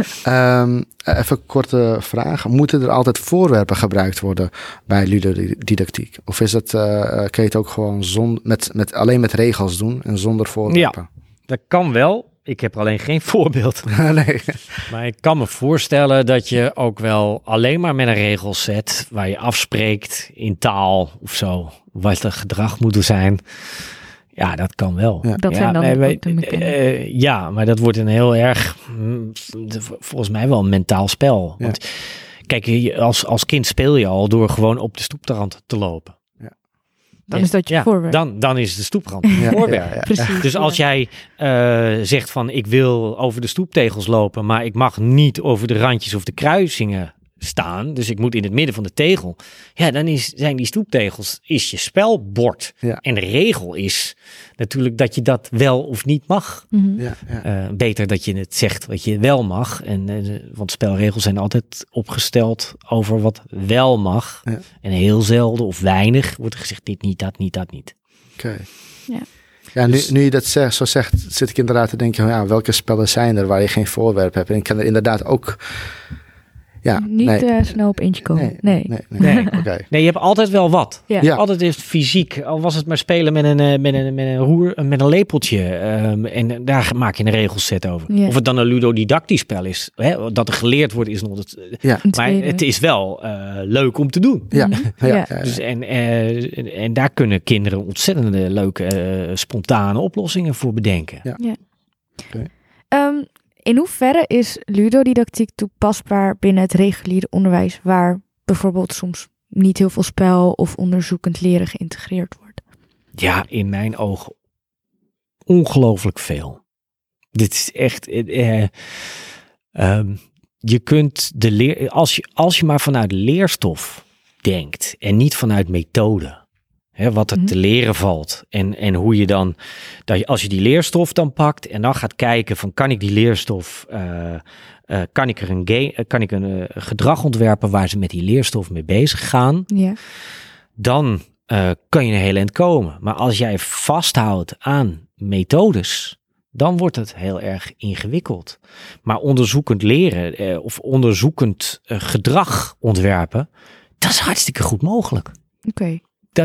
Even een korte vraag. Moeten er altijd voorwerpen gebruikt worden bij ludodidactiek? Of is het, kun je het ook gewoon alleen met regels doen en zonder voorwerpen? Ja, dat kan wel. Ik heb alleen geen voorbeeld. Nee. Maar ik kan me voorstellen dat je ook wel alleen maar met een regelset waar je afspreekt in taal of zo, wat het gedrag moet zijn. Ja, dat kan wel. Ja. Dat zijn dan ook de mechanics. Ja, maar dat wordt een heel erg, volgens mij wel een mentaal spel. Ja. Want kijk, als kind speel je al door gewoon op de stoeptrand te lopen. Dan is dat je voorwerp. Dan is de stoeprand een voorwerp. Ja. Precies. Dus als jij zegt van ik wil over de stoeptegels lopen, maar ik mag niet over de randjes of de kruisingen staan, dus ik moet in het midden van de tegel. Ja, dan zijn die stoeptegels is je spelbord. Ja. En de regel is natuurlijk dat je dat wel of niet mag. Mhm. Ja. Beter dat je het zegt wat je wel mag. Want spelregels zijn altijd opgesteld over wat wel mag. Ja. En heel zelden of weinig wordt er gezegd dit niet, dat niet, dat niet. Oké. Ja. Ja, nu je dat zo zegt, zit ik inderdaad te denken, welke spellen zijn er waar je geen voorwerp hebt? En ik kan er inderdaad ook... Ja, Niet snel op eentje komen. Nee. Oké. Nee, je hebt altijd wel wat. Ja. Ja. Altijd is het fysiek. Al was het maar spelen met een lepeltje. En daar maak je een regelset over. Ja. Of het dan een ludodidactisch spel is. Hè, dat er geleerd wordt is nog het. Ja. Maar het is wel leuk om te doen. Ja. Mhm. Ja. Dus en daar kunnen kinderen ontzettende leuke spontane oplossingen voor bedenken. Ja. In hoeverre is ludodidactiek toepasbaar binnen het reguliere onderwijs, waar bijvoorbeeld soms niet heel veel spel of onderzoekend leren geïntegreerd wordt? Ja, in mijn ogen ongelooflijk veel. Dit is echt... je kunt als je maar vanuit leerstof denkt en niet vanuit methode. Hè, wat er te leren valt. En hoe je dan, als je die leerstof dan pakt en dan gaat kijken van kan ik die leerstof, kan ik een gedrag ontwerpen waar ze met die leerstof mee bezig gaan. Ja. Dan kan je een heel eind komen. Maar als jij vasthoudt aan methodes, dan wordt het heel erg ingewikkeld. Maar onderzoekend leren of onderzoekend gedrag ontwerpen, dat is hartstikke goed mogelijk. Oké.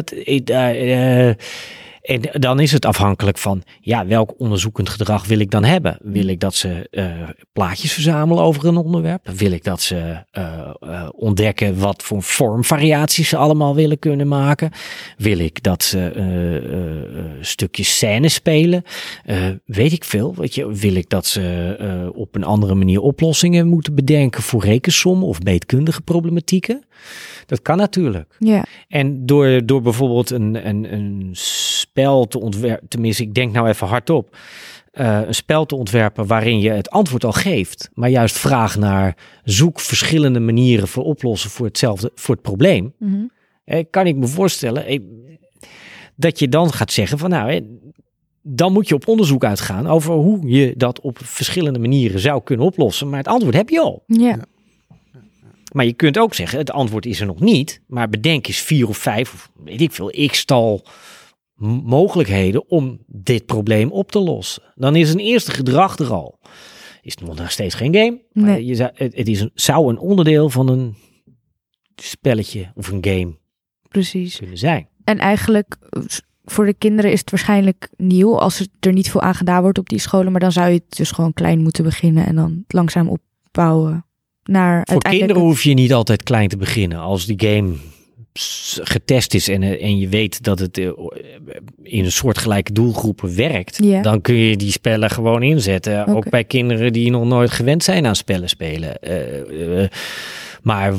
En dan is het afhankelijk van, welk onderzoekend gedrag wil ik dan hebben? Wil ik dat ze plaatjes verzamelen over een onderwerp? Wil ik dat ze ontdekken wat voor vormvariaties ze allemaal willen kunnen maken? Wil ik dat ze stukjes scènes spelen? Weet ik veel. Wil ik dat ze op een andere manier oplossingen moeten bedenken voor rekensommen of meetkundige problematieken? Dat kan natuurlijk. Ja. En door bijvoorbeeld een spel te ontwerpen, tenminste ik denk nou even hardop, een spel te ontwerpen waarin je het antwoord al geeft, maar juist vraagt naar zoek verschillende manieren voor oplossen voor het probleem. Mm-hmm. Kan ik me voorstellen dat je dan gaat zeggen van dan moet je op onderzoek uitgaan over hoe je dat op verschillende manieren zou kunnen oplossen, maar het antwoord heb je al. Ja. Maar je kunt ook zeggen, het antwoord is er nog niet, maar bedenk eens 4 of 5 of weet ik veel, x-tal mogelijkheden om dit probleem op te lossen. Dan is een eerste gedrag er al. Is het nog steeds geen game, maar Nee. het zou een onderdeel van een spelletje of een game Precies. kunnen zijn. En eigenlijk voor de kinderen is het waarschijnlijk nieuw als er niet veel aan gedaan wordt op die scholen, maar dan zou je het dus gewoon klein moeten beginnen en dan langzaam opbouwen naar Voor kinderen hoef je niet altijd klein te beginnen. Als die game getest is en je weet dat het in een soortgelijke doelgroepen werkt, Ja. dan kun je die spellen gewoon inzetten. Oké. Ook bij kinderen die nog nooit gewend zijn aan spelen. Maar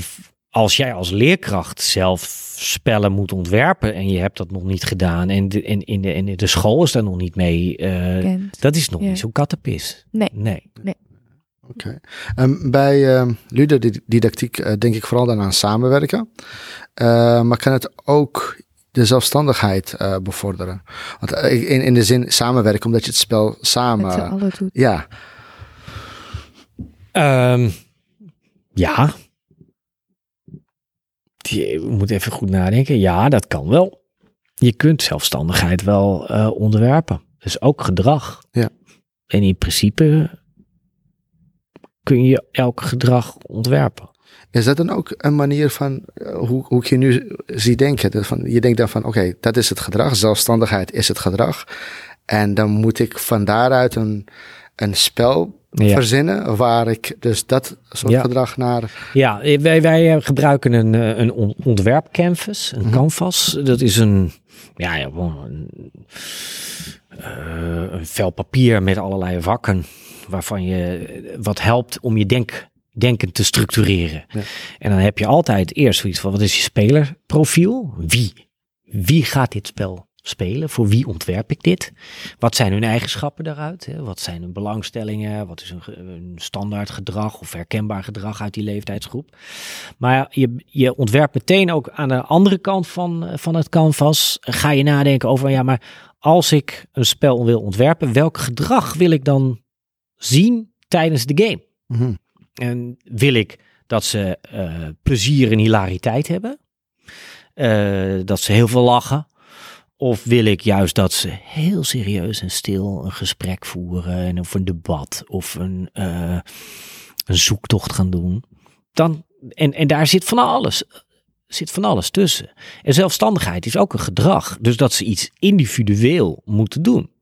als jij als leerkracht zelf spellen moet ontwerpen en je hebt dat nog niet gedaan en de school is daar nog niet mee, dat is nog niet zo'n kattenpis. Nee. Oké. Bij ludodidactiek denk ik vooral dan aan samenwerken. Maar kan het ook de zelfstandigheid bevorderen? Want in de zin samenwerken, omdat je het spel samen... Met z'n allen doet. Ja. Ja. Je moet even goed nadenken. Ja, dat kan wel. Je kunt zelfstandigheid wel onderwerpen. Dus ook gedrag. Ja. En in principe kun je elk gedrag ontwerpen. Is dat dan ook een manier van hoe ik je nu zie denken? Je denkt dan van oké, dat is het gedrag. Zelfstandigheid is het gedrag. En dan moet ik van daaruit een spel verzinnen waar ik dus dat soort gedrag naar... Ja, wij gebruiken een ontwerpcanvas, een canvas. Dat is een vel papier met allerlei vakken waarvan je wat helpt om je denken te structureren. Ja. En dan heb je altijd eerst zoiets van, wat is je spelerprofiel? Wie gaat dit spel spelen? Voor wie ontwerp ik dit? Wat zijn hun eigenschappen daaruit? Wat zijn hun belangstellingen? Wat is een standaard gedrag of herkenbaar gedrag uit die leeftijdsgroep? Maar je ontwerpt meteen ook aan de andere kant van het canvas. Ga je nadenken over, maar als ik een spel wil ontwerpen, welk gedrag wil ik dan zien tijdens de game? Mm-hmm. En wil ik dat ze plezier en hilariteit hebben? Dat ze heel veel lachen? Of wil ik juist dat ze heel serieus en stil een gesprek voeren of een debat of een zoektocht gaan doen? En daar zit van alles tussen. En zelfstandigheid is ook een gedrag. Dus dat ze iets individueel moeten doen.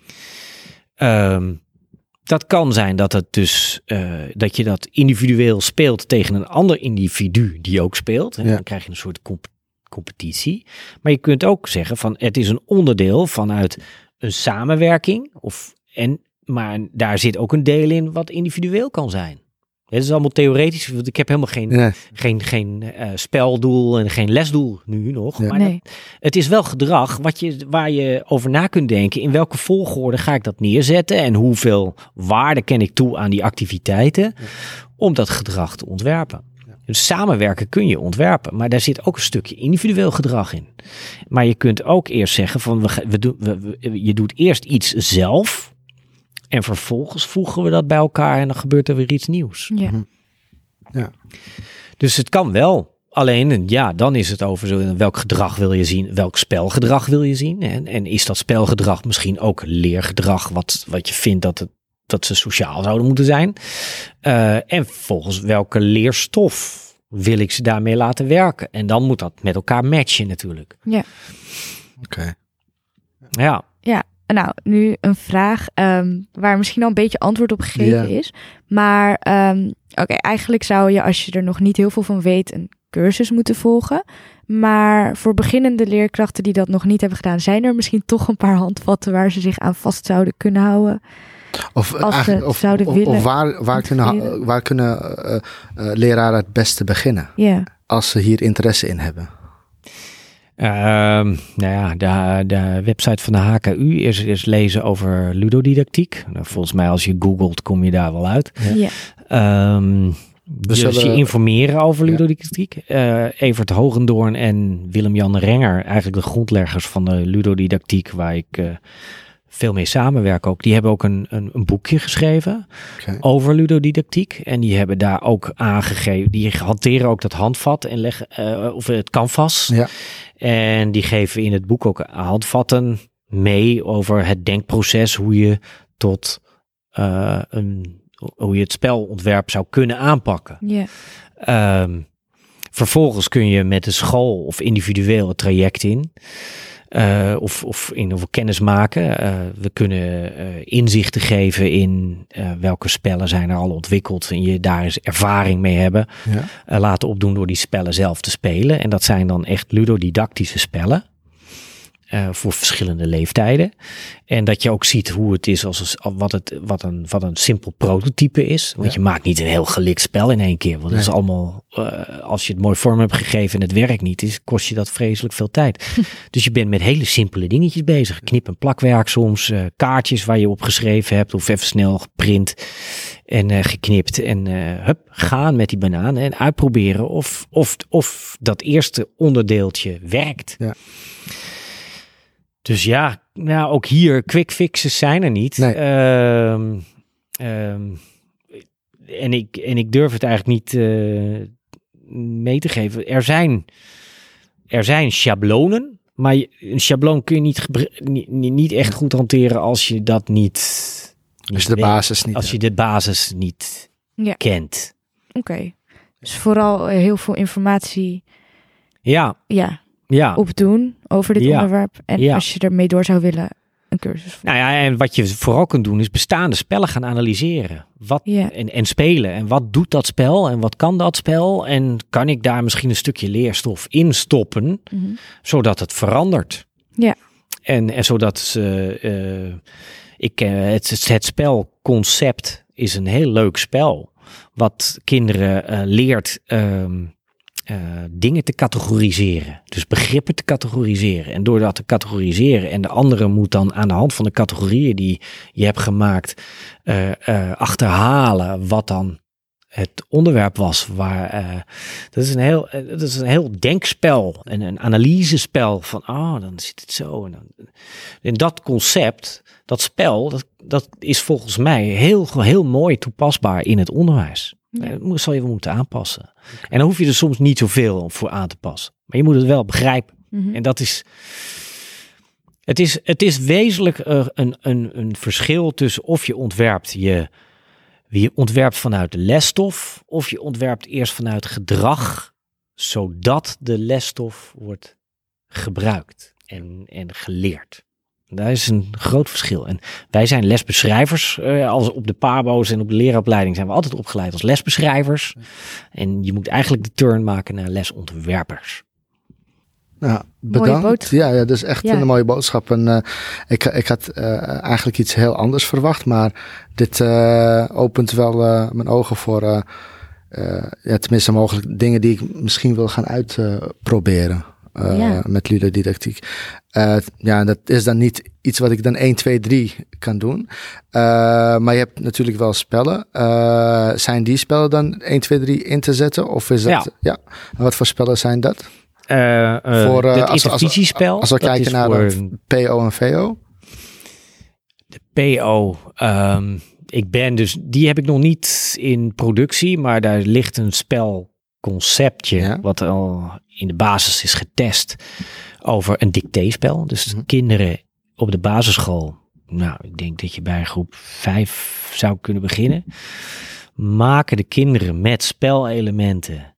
Mm-hmm. Dat kan zijn dat het dus dat je dat individueel speelt tegen een ander individu die ook speelt. Ja. Dan krijg je een soort competitie. Maar je kunt ook zeggen van het is een onderdeel vanuit een samenwerking. Maar daar zit ook een deel in wat individueel kan zijn. Het is allemaal theoretisch, want ik heb helemaal geen speldoel en geen lesdoel nu nog. Ja. Maar het is wel gedrag waar je over na kunt denken. In welke volgorde ga ik dat neerzetten? En hoeveel waarde ken ik toe aan die activiteiten om dat gedrag te ontwerpen? Ja. Dus samenwerken kun je ontwerpen, maar daar zit ook een stukje individueel gedrag in. Maar je kunt ook eerst zeggen van je doet eerst iets zelf. En vervolgens voegen we dat bij elkaar en dan gebeurt er weer iets nieuws. Ja. Ja. Dus het kan wel. Alleen, dan is het over welk gedrag wil je zien, welk spelgedrag wil je zien. En is dat spelgedrag misschien ook leergedrag wat je vindt dat ze sociaal zouden moeten zijn. En volgens welke leerstof wil ik ze daarmee laten werken. En dan moet dat met elkaar matchen natuurlijk. Ja. Oké. Ja. Ja. Nou, nu een vraag waar misschien al een beetje antwoord op gegeven is. Maar eigenlijk zou je, als je er nog niet heel veel van weet, een cursus moeten volgen. Maar voor beginnende leerkrachten die dat nog niet hebben gedaan, zijn er misschien toch een paar handvatten waar ze zich aan vast zouden kunnen houden? Of waar kunnen leraren het beste beginnen? Yeah. Als ze hier interesse in hebben? De website van de HKU is lezen over ludodidactiek. Nou, volgens mij als je googelt kom je daar wel uit. Ja. Dus je informeren over ludodidactiek. Evert Hogendoorn en Willem-Jan Renger, eigenlijk de grondleggers van de ludodidactiek, waar ik veel mee samenwerk ook. Die hebben ook een boekje geschreven over ludodidactiek. En die hebben daar ook aangegeven, die hanteren ook dat handvat en leggen, of het canvas. Ja. En die geven in het boek ook handvatten mee over het denkproces, hoe je hoe je het spelontwerp zou kunnen aanpakken. Yeah. Vervolgens kun je met de school of individueel het traject in. Of kennis maken. We kunnen inzichten geven in welke spellen zijn er al ontwikkeld en je daar eens ervaring mee hebben. Ja. Laten opdoen door die spellen zelf te spelen. En dat zijn dan echt ludodidactische spellen. voor verschillende leeftijden. En dat je ook ziet hoe het is wat een simpel prototype is. Want je maakt niet een heel gelikt spel in één keer. Want dat is allemaal, als je het mooi vorm hebt gegeven en het werkt niet, kost je dat vreselijk veel tijd. Dus je bent met hele simpele dingetjes bezig. Knip- en plakwerk soms, kaartjes waar je op geschreven hebt of even snel geprint en geknipt. En gaan met die banaan en uitproberen of dat eerste onderdeeltje werkt. Ja. Dus ja, nou ook hier, quick fixes zijn er niet. Nee. En ik durf het eigenlijk niet mee te geven. Er zijn schablonen, maar een schabloon kun je niet echt goed hanteren als je dat niet Als je de basis niet Als je de basis niet kent. Oké. Dus vooral heel veel informatie Ja. opdoen over dit onderwerp. En als je ermee door zou willen, een cursus. Nou ja, en wat je vooral kunt doen is bestaande spellen gaan analyseren. En spelen. En wat doet dat spel? En wat kan dat spel? En kan ik daar misschien een stukje leerstof in stoppen? Mm-hmm. Zodat het verandert. Ja. En zodat het spelconcept is een heel leuk spel. Wat kinderen leert dingen te categoriseren. Dus begrippen te categoriseren. En door dat te categoriseren en de andere moet dan aan de hand van de categorieën die je hebt gemaakt achterhalen wat dan het onderwerp was. Dat is een heel denkspel en een analysespel van dan zit het zo. En dat concept, dat spel, dat is volgens mij heel mooi toepasbaar in het onderwijs. Ja. Dat zal je wel moeten aanpassen. Okay. En dan hoef je er soms niet zoveel voor aan te passen. Maar je moet het wel begrijpen. Mm-hmm. En dat is... Het is wezenlijk een verschil tussen of je ontwerpt vanuit de lesstof, of je ontwerpt eerst vanuit gedrag, zodat de lesstof wordt gebruikt en geleerd. Daar is een groot verschil. En wij zijn lesbeschrijvers. Als op de PABO's en op de leraaropleiding zijn we altijd opgeleid als lesbeschrijvers. En je moet eigenlijk de turn maken naar lesontwerpers. Nou, bedankt. Ja, dat is echt een mooie boodschap. En ik had eigenlijk iets heel anders verwacht. Maar dit opent wel mijn ogen voor tenminste mogelijk dingen die ik misschien wil gaan uitproberen. Met ludodidactiek. Dat is dan niet iets wat ik dan 1, 2, 3 kan doen. Maar je hebt natuurlijk wel spellen. Zijn die spellen dan 1, 2, 3 in te zetten? Of is dat... Ja. En wat voor spellen zijn dat? Voor het intervisiespel. Als we kijken naar de PO en VO. De PO... die heb ik nog niet in productie, maar daar ligt een spelconceptje wat al in de basis is getest over een dictéespel. Dus kinderen op de basisschool, ik denk dat je bij groep 5 zou kunnen beginnen, maken de kinderen met spelelementen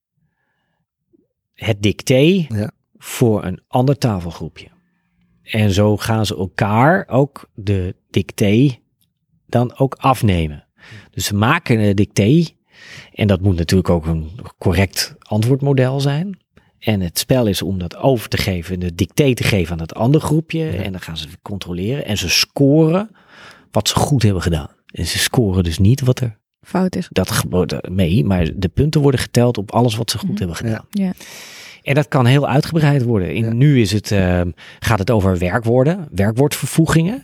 het dicté voor een ander tafelgroepje. En zo gaan ze elkaar ook de dicté dan ook afnemen. Dus ze maken een dicté en dat moet natuurlijk ook een correct antwoordmodel zijn. En het spel is om dat over te geven, de dicté te geven aan het andere groepje. Ja. En dan gaan ze controleren en ze scoren wat ze goed hebben gedaan. En ze scoren dus niet wat er fout is. Dat gebeurt mee, maar de punten worden geteld op alles wat ze goed hebben gedaan. Ja. En dat kan heel uitgebreid worden. Nu is gaat het over werkwoorden, werkwoordvervoegingen,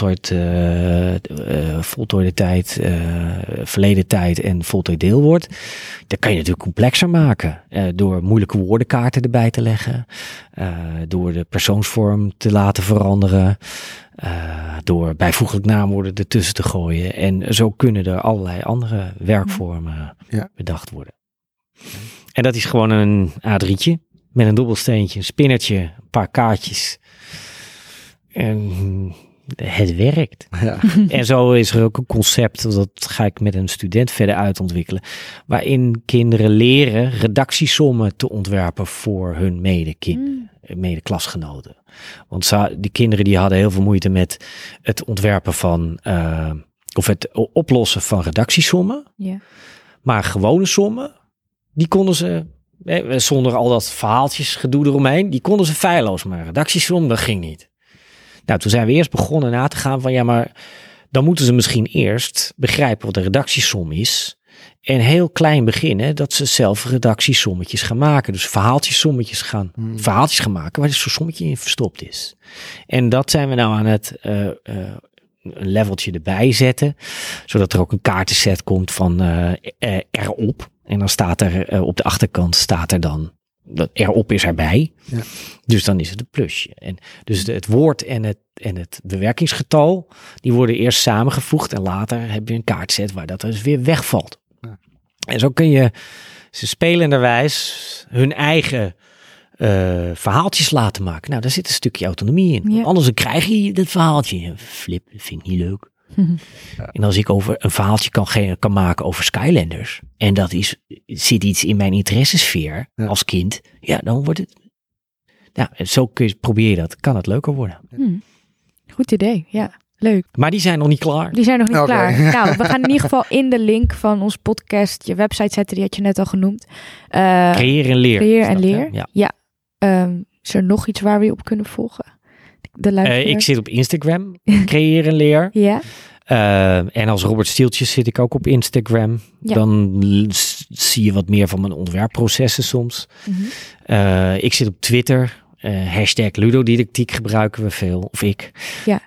voltooide tijd, verleden tijd en voltooid deelwoord. Dat kan je natuurlijk complexer maken door moeilijke woordenkaarten erbij te leggen, door de persoonsvorm te laten veranderen, door bijvoeglijk naamwoorden ertussen te gooien. En zo kunnen er allerlei andere werkvormen bedacht worden. En dat is gewoon een A3'tje met een dobbelsteentje, een spinnertje, een paar kaartjes. En het werkt. Ja. En zo is er ook een concept, dat ga ik met een student verder uitontwikkelen, waarin kinderen leren redactiesommen te ontwerpen voor hun medeklasgenoten. Want die kinderen die hadden heel veel moeite met het ontwerpen van, of het oplossen van redactiesommen. Ja. Maar gewone sommen, die konden ze, zonder al dat verhaaltjes gedoe eromheen, die konden ze feilloos. Maar redactiesom, dat ging niet. Nou, toen zijn we eerst begonnen na te gaan van, ja, maar dan moeten ze misschien eerst begrijpen wat de redactiesom is. En heel klein beginnen dat ze zelf redactiesommetjes gaan maken. Dus verhaaltjes gaan maken waar zo'n sommetje in verstopt is. En dat zijn we nou aan het een leveltje erbij zetten. Zodat er ook een kaartenset komt van erop. En dan staat er op de achterkant staat er dan dat erop is erbij. Ja. Dus dan is het een plusje. En dus het woord en het bewerkingsgetal, die worden eerst samengevoegd. En later heb je een kaartset waar dat dus weer wegvalt. Ja. En zo kun je ze spelenderwijs hun eigen verhaaltjes laten maken. Nou, daar zit een stukje autonomie in. Ja. Anders dan krijg je dat verhaaltje. Flip, dat vind ik niet leuk. Ja. En als ik een verhaaltje kan maken over Skylanders. En dat zit iets in mijn interessesfeer als kind. Ja, dan wordt het... Ja, zo probeer je dat. Kan het leuker worden. Goed idee, ja. Leuk. Maar die zijn nog niet klaar. Klaar. Nou, we gaan in ieder geval in de link van ons podcast je website zetten. Die had je net al genoemd. Creëer en leer. Creëer en leer. Ja. Is er nog iets waar we je op kunnen volgen? Ik zit op Instagram. Creëer en leer. Ja. En als Robert Stieltjes zit ik ook op Instagram. Ja. Dan zie je wat meer van mijn ontwerpprocessen soms. Mm-hmm. Ik zit op Twitter. Hashtag Ludodidactiek gebruiken we veel. Of ik. Ja.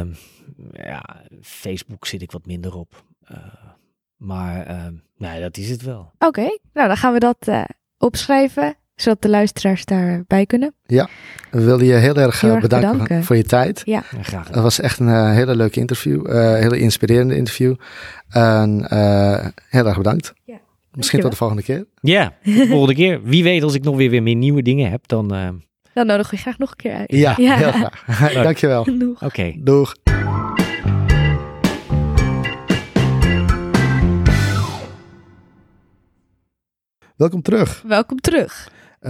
Facebook zit ik wat minder op. Maar dat is het wel. Oké. Nou, dan gaan we dat opschrijven. Zodat de luisteraars daarbij kunnen. Ja, we willen je heel erg bedanken voor je tijd. Ja, graag gedaan. Het was echt een hele leuke interview. Hele inspirerende interview. En heel erg bedankt. Ja, misschien tot de volgende keer. Ja, de volgende keer. Wie weet als ik nog weer meer nieuwe dingen heb, dan... Dan nodig je graag nog een keer uit. Ja, heel graag. Dankjewel. Oké. Doeg. Welkom terug.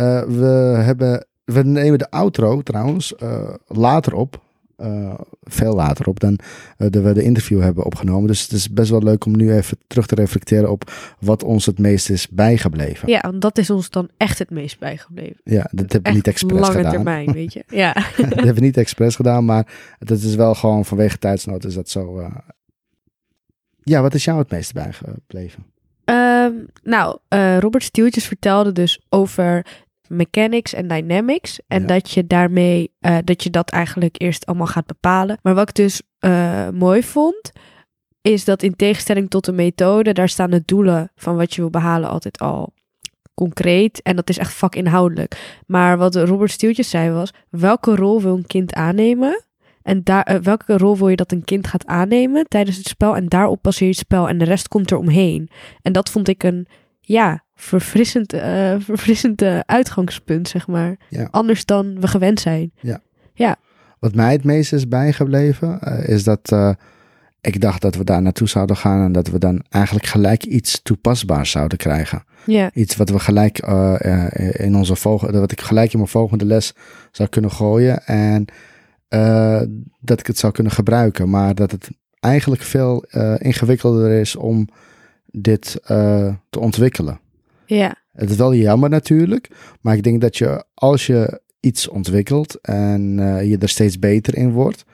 We nemen de outro trouwens later op. Veel later op dan we de interview hebben opgenomen. Dus het is best wel leuk om nu even terug te reflecteren op wat ons het meest is bijgebleven. Ja, want dat is ons dan echt het meest bijgebleven. Ja, dat hebben we niet expres gedaan. Lange termijn, weet je. Ja. Dat hebben we niet expres gedaan, maar dat is wel gewoon vanwege tijdsnood is dat zo. Ja, wat is jou het meest bijgebleven? Robert Stieltjes vertelde dus over mechanics en dynamics. En dat je daarmee, dat je dat eigenlijk eerst allemaal gaat bepalen. Maar wat ik dus mooi vond, is dat in tegenstelling tot de methode, daar staan de doelen van wat je wil behalen altijd al concreet. En dat is echt vakinhoudelijk. Maar wat Robert Stieltjes zei was, welke rol wil een kind aannemen? En welke rol wil je dat een kind gaat aannemen tijdens het spel? En daarop baseer je het spel en de rest komt er omheen. En dat vond ik een, verfrissend uitgangspunt, zeg maar. Ja. Anders dan we gewend zijn. Ja. Wat mij het meest is bijgebleven, is dat ik dacht dat we daar naartoe zouden gaan en dat we dan eigenlijk gelijk iets toepasbaars zouden krijgen. Ja. Iets wat we gelijk wat ik gelijk in mijn volgende les zou kunnen gooien en dat ik het zou kunnen gebruiken. Maar dat het eigenlijk veel ingewikkelder is om dit te ontwikkelen. Ja. Het is wel jammer natuurlijk, maar ik denk dat je als je iets ontwikkelt en je er steeds beter in wordt,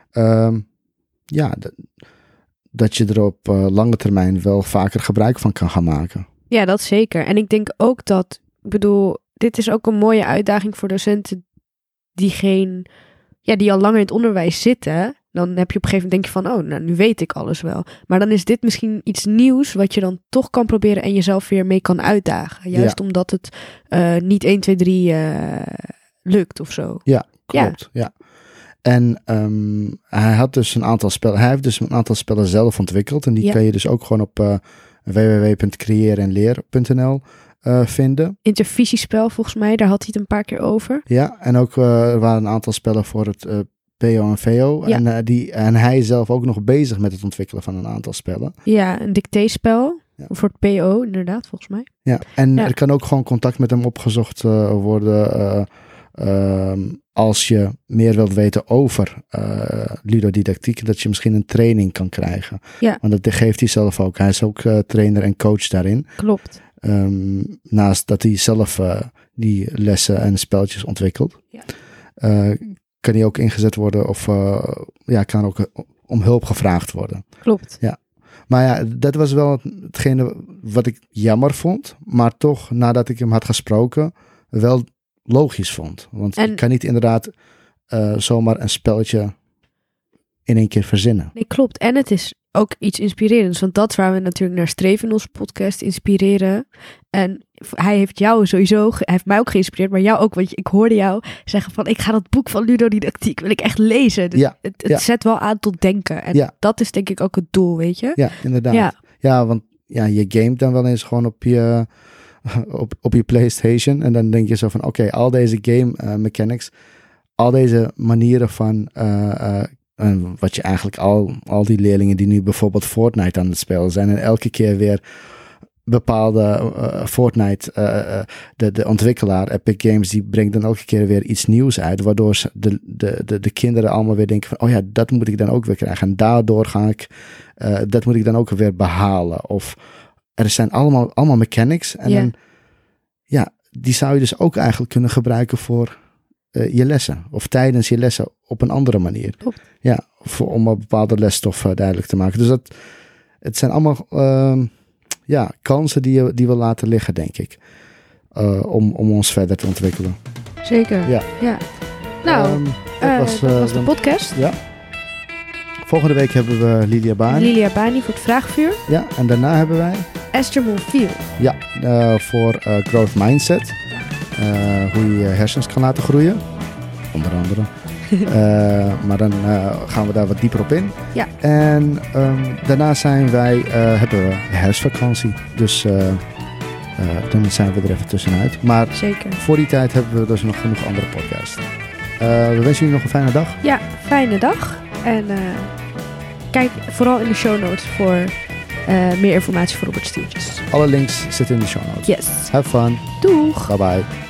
dat je er op lange termijn wel vaker gebruik van kan gaan maken. Ja, dat zeker. En ik denk ook dat, dit is ook een mooie uitdaging voor docenten die al langer in het onderwijs zitten. Dan heb je op een gegeven moment denk je van, nu weet ik alles wel. Maar dan is dit misschien iets nieuws wat je dan toch kan proberen en jezelf weer mee kan uitdagen. Juist omdat het niet 1, 2, 3 lukt of zo. Ja, klopt. Ja. En hij heeft dus een aantal spellen zelf ontwikkeld. En die kun je dus ook gewoon op www.creërenleer.nl vinden. Intervisiespel volgens mij, daar had hij het een paar keer over. Ja, en ook er waren een aantal spellen voor het PO en VO. Ja. En hij is zelf ook nog bezig met het ontwikkelen van een aantal spellen. Ja, een dictéspel. Ja. Voor het PO inderdaad, volgens mij. Ja, en er kan ook gewoon contact met hem opgezocht worden als je meer wilt weten over ludodidactiek, dat je misschien een training kan krijgen. Ja. Want dat geeft hij zelf ook. Hij is ook trainer en coach daarin. Klopt. Naast dat hij zelf die lessen en spelletjes ontwikkelt. Ja. kan die ook ingezet worden of kan ook om hulp gevraagd worden. Klopt. Ja. Maar ja, dat was wel hetgene wat ik jammer vond, maar toch nadat ik hem had gesproken wel logisch vond. Want ik kan niet inderdaad zomaar een spelletje in één keer verzinnen. Nee, klopt. En het is ook iets inspirerends. Want dat is waar we natuurlijk naar streven in onze podcast. Inspireren. En hij heeft jou sowieso... Hij heeft mij ook geïnspireerd, maar jou ook. Want ik hoorde jou zeggen van... Ik ga dat boek van ludodidactiek wil ik echt lezen. Dus het zet wel aan tot denken. En dat is denk ik ook het doel, weet je? Ja, inderdaad. Ja, want je gamet dan wel eens gewoon op je PlayStation. En dan denk je zo van... Oké, al deze game mechanics... Al deze manieren van... wat je eigenlijk al die leerlingen die nu bijvoorbeeld Fortnite aan het spelen zijn en elke keer weer bepaalde Fortnite, de ontwikkelaar Epic Games, die brengt dan elke keer weer iets nieuws uit, waardoor de kinderen allemaal weer denken van, oh ja, dat moet ik dan ook weer krijgen en daardoor ga ik, dat moet ik dan ook weer behalen. Of er zijn allemaal mechanics en dan, die zou je dus ook eigenlijk kunnen gebruiken voor je lessen of tijdens je lessen op een andere manier. Klopt. Ja, om een bepaalde lesstof duidelijk te maken. Dus het zijn allemaal kansen die we laten liggen, denk ik. Om ons verder te ontwikkelen. Zeker. Ja. Nou, dat was de podcast. Ja. Volgende week hebben we Lilia Bani voor het vraagvuur. Ja, en daarna hebben wij Esther Monfiel. Ja, voor growth mindset. Hoe je je hersens kan laten groeien. Onder andere. Maar dan gaan we daar wat dieper op in. Ja. En daarna hebben we herfstvakantie. Dus dan zijn we er even tussenuit. Maar zeker. Voor die tijd hebben we dus nog genoeg andere podcasts. We wensen jullie nog een fijne dag. Ja, fijne dag. En kijk vooral in de show notes voor meer informatie voor Robert Stieltjes. Alle links zitten in de show notes. Yes. Have fun. Doeg. Bye bye.